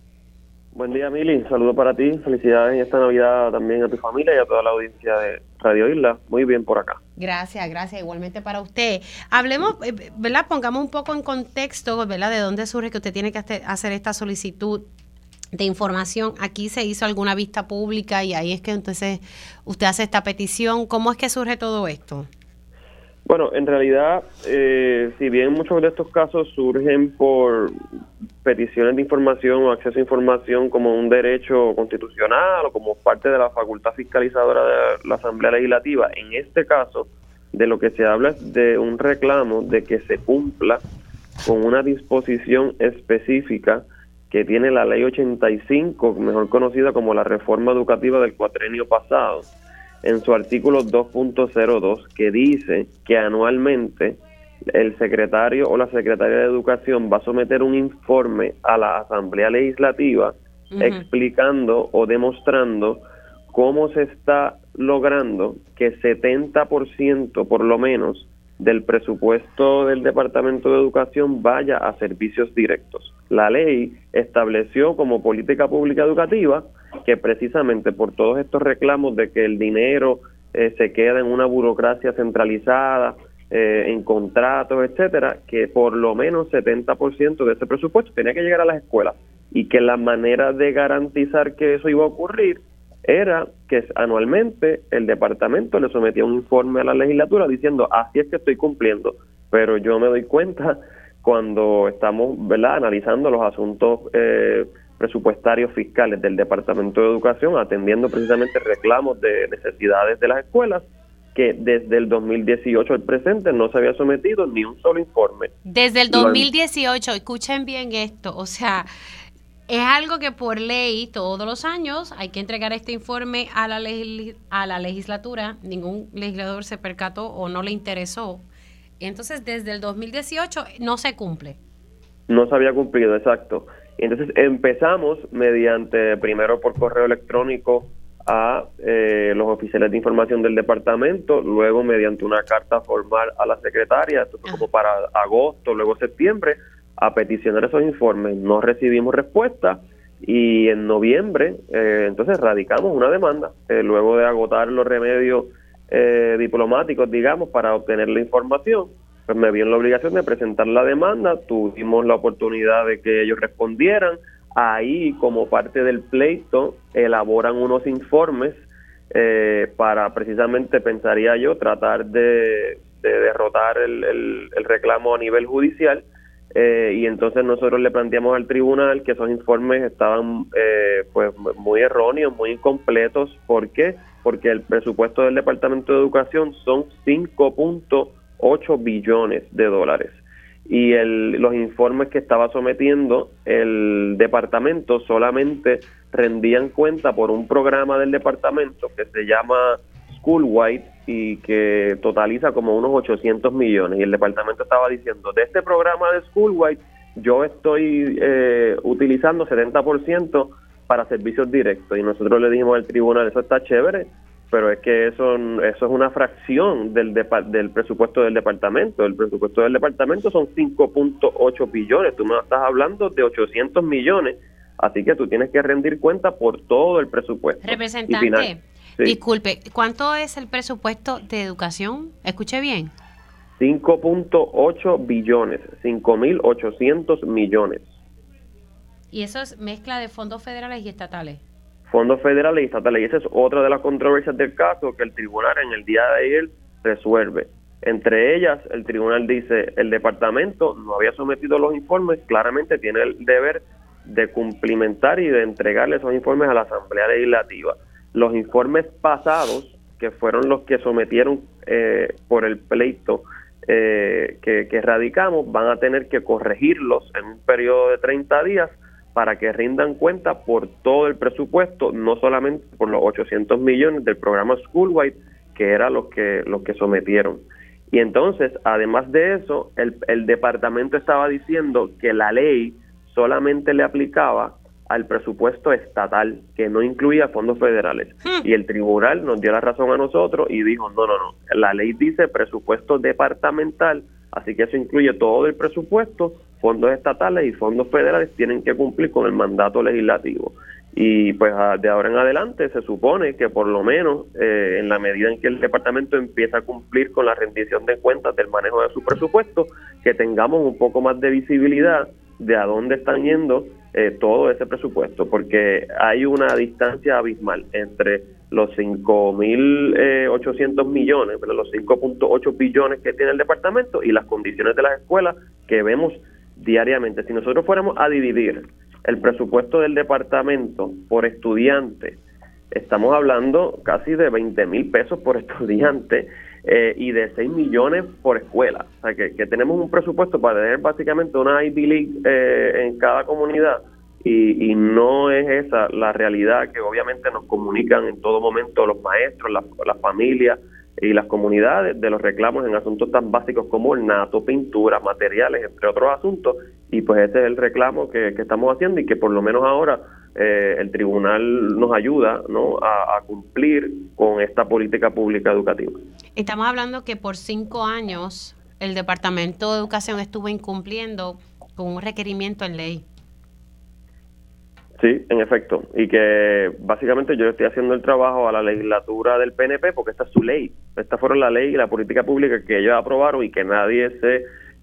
Buen día, Mili. Saludos para ti. Felicidades en esta Navidad también a tu familia y a toda la audiencia de Radio Isla. Muy bien por acá. Gracias. Igualmente para usted. Hablemos, ¿verdad? Pongamos un poco en contexto, ¿verdad? De dónde surge que usted tiene que hacer esta solicitud de información. Aquí se hizo alguna vista pública y ahí es que entonces usted hace esta petición. ¿Cómo es que surge todo esto? Bueno, en realidad, si bien muchos de estos casos surgen por peticiones de información o acceso a información como un derecho constitucional o como parte de la facultad fiscalizadora de la Asamblea Legislativa, en este caso, de lo que se habla es de un reclamo de que se cumpla con una disposición específica que tiene la Ley 85, mejor conocida como la Reforma Educativa del cuatrenio pasado, en su artículo 2.02, que dice que anualmente el secretario o la secretaria de Educación va a someter un informe a la Asamblea Legislativa explicando o demostrando cómo se está logrando que 70% por lo menos del presupuesto del Departamento de Educación vaya a servicios directos. La ley estableció como política pública educativa que precisamente por todos estos reclamos de que el dinero se queda en una burocracia centralizada, en contratos, etcétera, que por lo menos 70% de ese presupuesto tenía que llegar a las escuelas y que la manera de garantizar que eso iba a ocurrir era que anualmente el departamento le sometía un informe a la legislatura diciendo así es que estoy cumpliendo, pero yo me doy cuenta cuando estamos, ¿verdad?, analizando los asuntos presupuestarios fiscales del Departamento de Educación, atendiendo precisamente reclamos de necesidades de las escuelas, que desde el 2018 al presente no se había sometido ni un solo informe. Desde el 2018, escuchen bien esto, o sea, es algo que por ley todos los años hay que entregar este informe a la legislatura, ningún legislador se percató o no le interesó, entonces desde el 2018 no se cumple. No se había cumplido, exacto. Entonces empezamos mediante, primero por correo electrónico a los oficiales de información del departamento, luego mediante una carta formal a la secretaria, esto fue como para agosto, luego septiembre, a peticionar esos informes. No recibimos respuesta y en noviembre entonces radicamos una demanda, luego de agotar los remedios diplomáticos, digamos, para obtener la información. Pues me vi en la obligación de presentar la demanda, tuvimos la oportunidad de que ellos respondieran, ahí como parte del pleito elaboran unos informes para precisamente, pensaría yo, tratar de derrotar el reclamo a nivel judicial, y entonces nosotros le planteamos al tribunal que esos informes estaban pues muy erróneos, muy incompletos. ¿Por qué? Porque el presupuesto del Departamento de Educación son 5.8 billones de dólares y los informes que estaba sometiendo el departamento solamente rendían cuenta por un programa del departamento que se llama Schoolwide y que totaliza como unos 800 millones y el departamento estaba diciendo de este programa de Schoolwide yo estoy utilizando 70% para servicios directos y nosotros le dijimos al tribunal eso está chévere, pero es que eso es una fracción del presupuesto del departamento. El presupuesto del departamento son 5.8 billones. Tú me estás hablando de 800 millones. Así que tú tienes que rendir cuenta por todo el presupuesto. Representante, disculpe, ¿cuánto es el presupuesto de educación? Escuche bien. 5.8 billones, 5.800 millones. ¿Y eso es mezcla de fondos federales y estatales? Fondos federales y estatales, y esa es otra de las controversias del caso que el tribunal en el día de ayer resuelve. Entre ellas, el tribunal dice, el departamento no había sometido los informes, claramente tiene el deber de cumplimentar y de entregarle esos informes a la Asamblea Legislativa. Los informes pasados, que fueron los que sometieron por el pleito que radicamos, van a tener que corregirlos en un periodo de 30 días para que rindan cuenta por todo el presupuesto, no solamente por los 800 millones del programa Schoolwide, que era lo que sometieron. Y entonces, además de eso, el departamento estaba diciendo que la ley solamente le aplicaba al presupuesto estatal, que no incluía fondos federales. Y el tribunal nos dio la razón a nosotros y dijo, no, la ley dice presupuesto departamental, así que eso incluye todo el presupuesto, fondos estatales y fondos federales tienen que cumplir con el mandato legislativo. Y pues de ahora en adelante se supone que por lo menos en la medida en que el departamento empieza a cumplir con la rendición de cuentas del manejo de su presupuesto, que tengamos un poco más de visibilidad de a dónde están yendo todo ese presupuesto, porque hay una distancia abismal entre los 5.800 millones, pero los 5.8 billones que tiene el departamento y las condiciones de las escuelas que vemos diariamente. Si nosotros fuéramos a dividir el presupuesto del departamento por estudiante, estamos hablando casi de 20,000 pesos por estudiante y de 6 millones por escuela. O sea, que tenemos un presupuesto para tener básicamente una Ivy League en cada comunidad y no es esa la realidad que obviamente nos comunican en todo momento los maestros, las familias y las comunidades de los reclamos en asuntos tan básicos como ornato, pintura, materiales, entre otros asuntos, y pues ese es el reclamo que estamos haciendo y que por lo menos ahora el tribunal nos ayuda, ¿no?, a cumplir con esta política pública educativa. Estamos hablando que por 5 años el Departamento de Educación estuvo incumpliendo con un requerimiento en ley. Sí, en efecto, y que básicamente yo estoy haciendo el trabajo a la legislatura del PNP porque esta es su ley. Esta fueron la ley y la política pública que ellos aprobaron y que nadie se,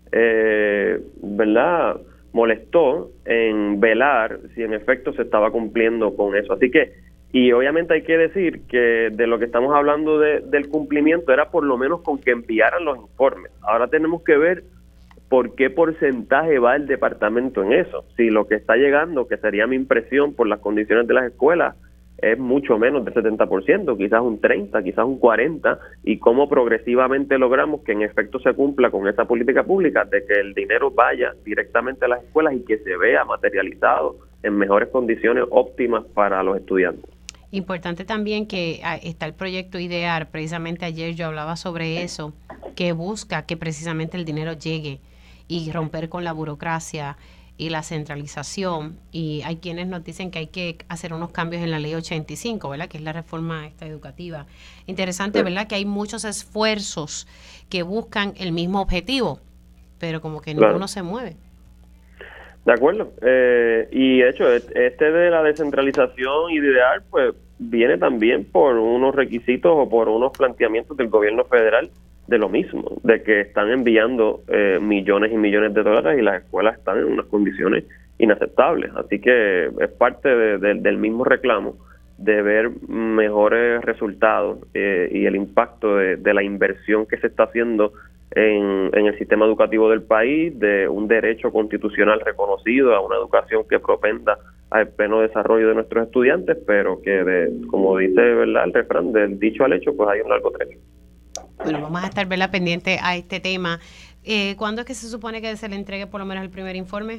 ¿verdad?, molestó en velar si en efecto se estaba cumpliendo con eso. Así que, y obviamente hay que decir que de lo que estamos hablando del cumplimiento era por lo menos con que enviaran los informes. Ahora tenemos que ver por qué porcentaje va el departamento en eso. Si lo que está llegando, que sería mi impresión por las condiciones de las escuelas, es mucho menos del 70%, quizás un 30%, quizás un 40%, y cómo progresivamente logramos que en efecto se cumpla con esa política pública de que el dinero vaya directamente a las escuelas y que se vea materializado en mejores condiciones óptimas para los estudiantes. Importante también que está el proyecto IDEAR, precisamente ayer yo hablaba sobre eso, que busca que precisamente el dinero llegue y romper con la burocracia y la centralización, y hay quienes nos dicen que hay que hacer unos cambios en la ley 85, ¿verdad?, que es la reforma esta educativa. Interesante, ¿verdad?, que hay muchos esfuerzos que buscan el mismo objetivo, pero como que ninguno se mueve. De acuerdo, y de hecho este de la descentralización ideal pues viene también por unos requisitos o por unos planteamientos del gobierno federal de lo mismo, de que están enviando millones y millones de dólares y las escuelas están en unas condiciones inaceptables. Así que es parte del mismo reclamo de ver mejores resultados y el impacto de la inversión que se está haciendo en el sistema educativo del país, de un derecho constitucional reconocido a una educación que propenda al pleno desarrollo de nuestros estudiantes, pero que, como dice, ¿verdad?, el refrán, del dicho al hecho, pues hay un largo trecho. Bueno, vamos a estar, ¿verdad?, pendiente a este tema. ¿Cuándo es que se supone que se le entregue por lo menos el primer informe?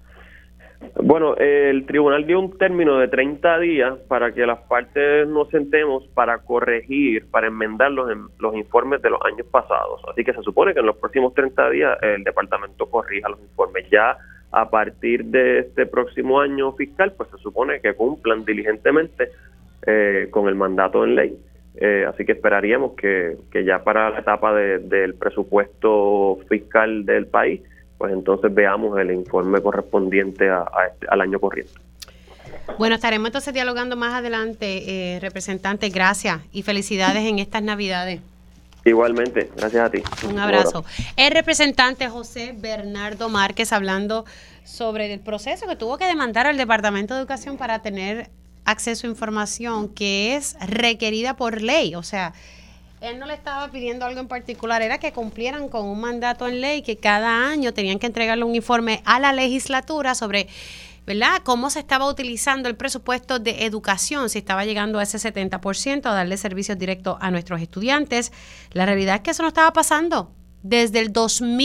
Bueno, el tribunal dio un término de 30 días para que las partes nos sentemos para corregir, para enmendar los informes de los años pasados. Así que se supone que en los próximos 30 días el departamento corrija los informes. Ya a partir de este próximo año fiscal, pues se supone que cumplan diligentemente con el mandato en ley. Así que esperaríamos que ya para la etapa del presupuesto fiscal del país, pues entonces veamos el informe correspondiente al año corriente. Bueno, estaremos entonces dialogando más adelante, representante. Gracias y felicidades en estas Navidades. Igualmente, gracias a ti. Un abrazo. El representante José Bernardo Márquez hablando sobre el proceso que tuvo que demandar al Departamento de Educación para tener acceso a información que es requerida por ley. O sea, él no le estaba pidiendo algo en particular, era que cumplieran con un mandato en ley, que cada año tenían que entregarle un informe a la legislatura sobre, ¿verdad?, cómo se estaba utilizando el presupuesto de educación, si estaba llegando a ese 70%, a darle servicios directos a nuestros estudiantes. La realidad es que eso no estaba pasando desde el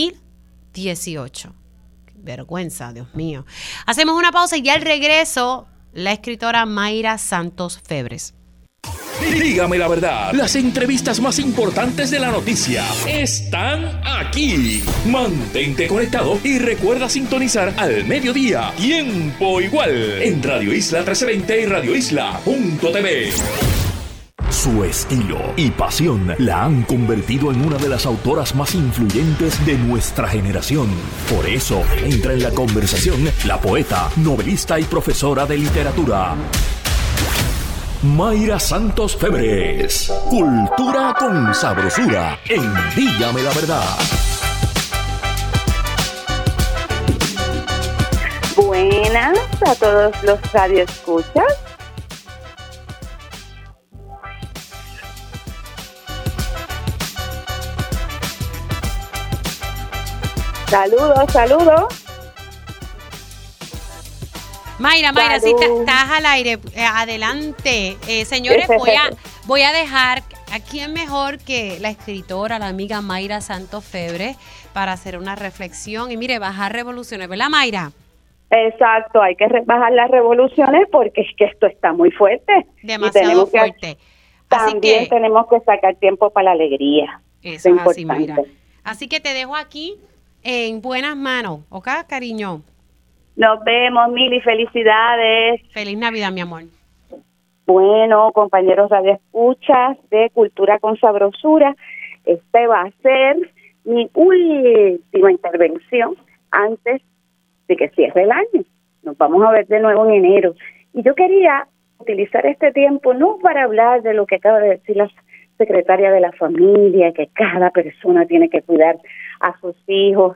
2018. Qué vergüenza, Dios mío. Hacemos una pausa y ya al regreso, la escritora Mayra Santos Febres. Dígame la verdad, las entrevistas más importantes de la noticia están aquí. Mantente conectado y recuerda sintonizar al mediodía, tiempo igual, en Radio Isla 1320 y radioisla.tv. Su estilo y pasión la han convertido en una de las autoras más influyentes de nuestra generación. Por eso entra en la conversación la poeta, novelista y profesora de literatura, Mayra Santos Febres. Cultura con sabrosura en Dígame la Verdad. Buenas a todos los radioescuchas. Saludos. Mayra, si estás al aire, adelante. Señores, voy a dejar a quién mejor que la escritora, la amiga Mayra Santos Febres, para hacer una reflexión y mire, bajar revoluciones, ¿verdad, Mayra? Exacto, hay que bajar las revoluciones porque es que esto está muy fuerte. Demasiado fuerte. También tenemos que sacar tiempo para la alegría. Eso es así, Mayra. Así que te dejo aquí en buenas manos, ¿ok, cariño? Nos vemos, Mili, felicidades. Feliz Navidad, mi amor. Bueno, compañeros radioescuchas de Cultura con Sabrosura, esta va a ser mi última intervención antes de que cierre el año. Nos vamos a ver de nuevo en enero. Y yo quería utilizar este tiempo no para hablar de lo que acaba de decir la secretaria de la familia, que cada persona tiene que cuidar a sus hijos.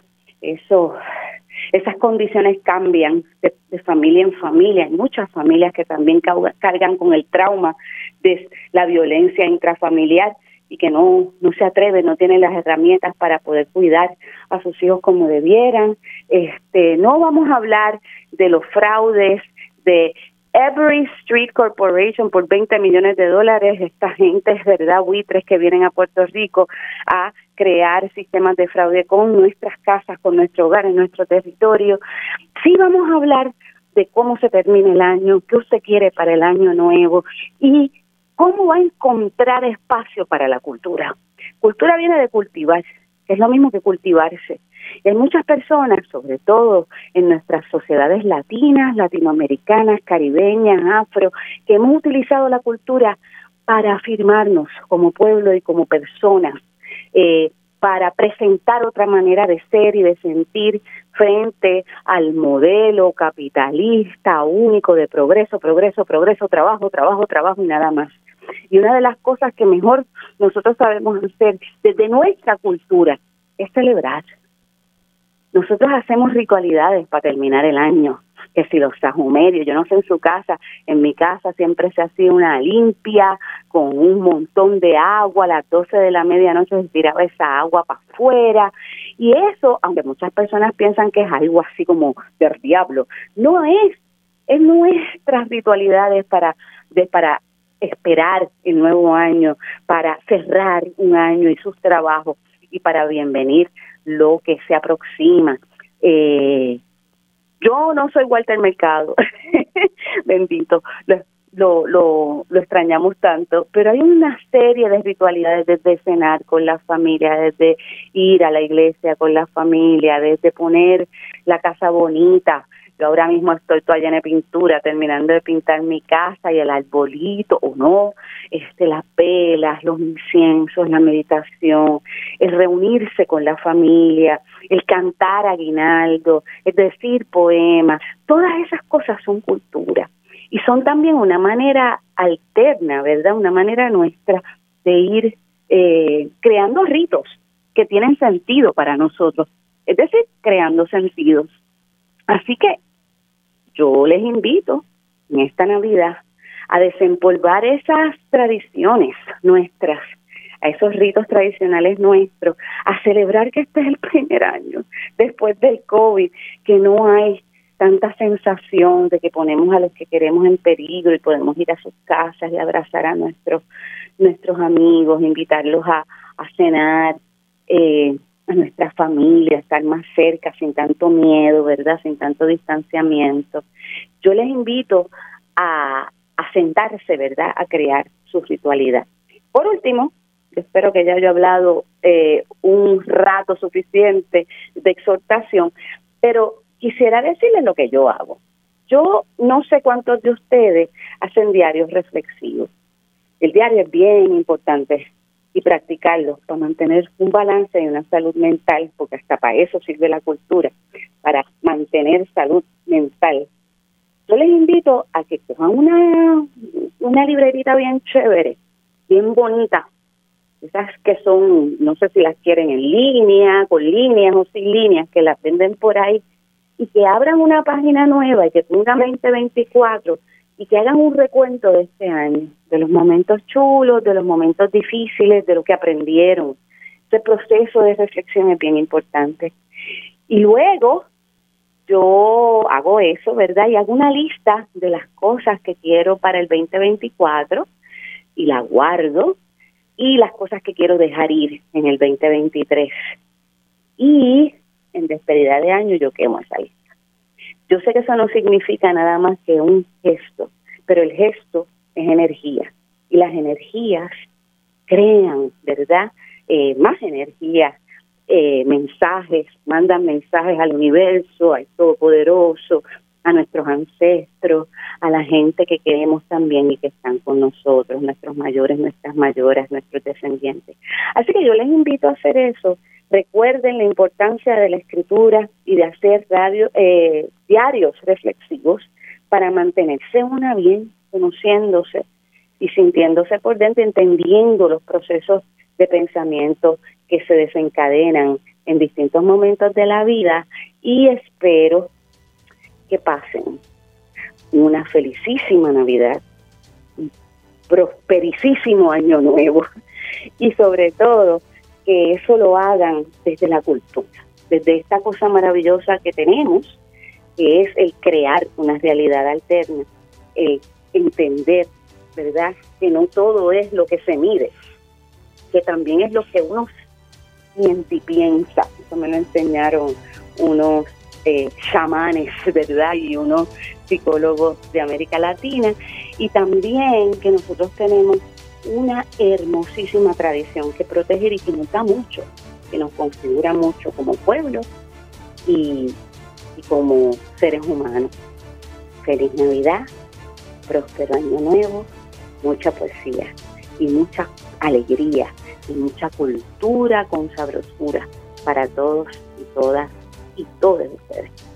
Esas condiciones cambian de familia en familia. Hay muchas familias que también cargan con el trauma de la violencia intrafamiliar y que no se atreven, no tienen las herramientas para poder cuidar a sus hijos como debieran. No vamos a hablar de los fraudes de Every Street Corporation por $20 millones. Esta gente es verdad, buitres que vienen a Puerto Rico a crear sistemas de fraude con nuestras casas, con nuestro hogar, en nuestro territorio. Sí vamos a hablar de cómo se termina el año, qué usted quiere para el año nuevo y cómo va a encontrar espacio para la cultura. Cultura viene de cultivar, que es lo mismo que cultivarse. Y hay muchas personas, sobre todo en nuestras sociedades latinas, latinoamericanas, caribeñas, afro, que hemos utilizado la cultura para afirmarnos como pueblo y como personas, para presentar otra manera de ser y de sentir frente al modelo capitalista único de progreso, trabajo y nada más. Y una de las cosas que mejor nosotros sabemos hacer desde nuestra cultura es celebrar. Nosotros hacemos ritualidades para terminar el año, que si los sahumerios, yo no sé en su casa, en mi casa siempre se hacía una limpia con un montón de agua, a las 12 de la medianoche se tiraba esa agua para afuera, y eso, aunque muchas personas piensan que es algo así como del diablo, no es nuestras ritualidades para esperar el nuevo año, para cerrar un año y sus trabajos, y para bienvenir lo que se aproxima. Yo no soy Walter Mercado, bendito, lo extrañamos tanto, pero hay una serie de ritualidades, desde cenar con la familia, desde ir a la iglesia con la familia, desde poner la casa bonita. Yo ahora mismo estoy toda llena de pintura, terminando de pintar mi casa y el arbolito, o no, las velas, los inciensos, la meditación, el reunirse con la familia, el cantar aguinaldo, el decir poemas, todas esas cosas son cultura. Y son también una manera alterna, ¿verdad? Una manera nuestra de ir creando ritos que tienen sentido para nosotros, es decir, creando sentidos. Así que yo les invito en esta Navidad a desempolvar esas tradiciones nuestras, a esos ritos tradicionales nuestros, a celebrar que este es el primer año después del COVID, que no hay tanta sensación de que ponemos a los que queremos en peligro y podemos ir a sus casas y abrazar a nuestros amigos, invitarlos a cenar, a nuestra familia, estar más cerca, sin tanto miedo, ¿verdad? Sin tanto distanciamiento. Yo les invito a sentarse, ¿verdad? A crear su ritualidad. Por último, espero que ya haya hablado un rato suficiente de exhortación, pero quisiera decirles lo que yo hago. Yo no sé cuántos de ustedes hacen diarios reflexivos. El diario es bien importante y practicarlo para mantener un balance y una salud mental, porque hasta para eso sirve la cultura, para mantener salud mental. Yo les invito a que cojan una librerita bien chévere, bien bonita, esas que son, no sé si las quieren en línea, con líneas o sin líneas, que las venden por ahí, y que abran una página nueva y que pongan 2024 y que hagan un recuento de este año, de los momentos chulos, de los momentos difíciles, de lo que aprendieron. Ese proceso de reflexión es bien importante. Y luego yo hago eso, ¿verdad? Y hago una lista de las cosas que quiero para el 2024 y la guardo, y las cosas que quiero dejar ir en el 2023. Y en despedida de año yo quemo esa lista. Yo sé que eso no significa nada más que un gesto, pero el gesto es energía. Y las energías crean, ¿verdad? Más energía, mensajes, mandan mensajes al universo, al Todopoderoso, a nuestros ancestros, a la gente que queremos también y que están con nosotros, nuestros mayores, nuestras mayoras, nuestros descendientes. Así que yo les invito a hacer eso. Recuerden la importancia de la escritura y de hacer diarios reflexivos para mantenerse una bien, conociéndose y sintiéndose por dentro, entendiendo los procesos de pensamiento que se desencadenan en distintos momentos de la vida, y espero que pasen una felicísima Navidad, un prospericísimo Año Nuevo, y sobre todo que eso lo hagan desde la cultura, desde esta cosa maravillosa que tenemos, que es el crear una realidad alterna, el entender, ¿verdad?, que no todo es lo que se mide, que también es lo que uno siente y piensa. Eso me lo enseñaron unos chamanes, ¿verdad?, y unos psicólogos de América Latina, y también que nosotros tenemos una hermosísima tradición que proteger y que nos da mucho, que nos configura mucho como pueblo y como seres humanos. Feliz Navidad, próspero Año Nuevo, mucha poesía y mucha alegría y mucha cultura con sabrosura para todos y todas y todos ustedes.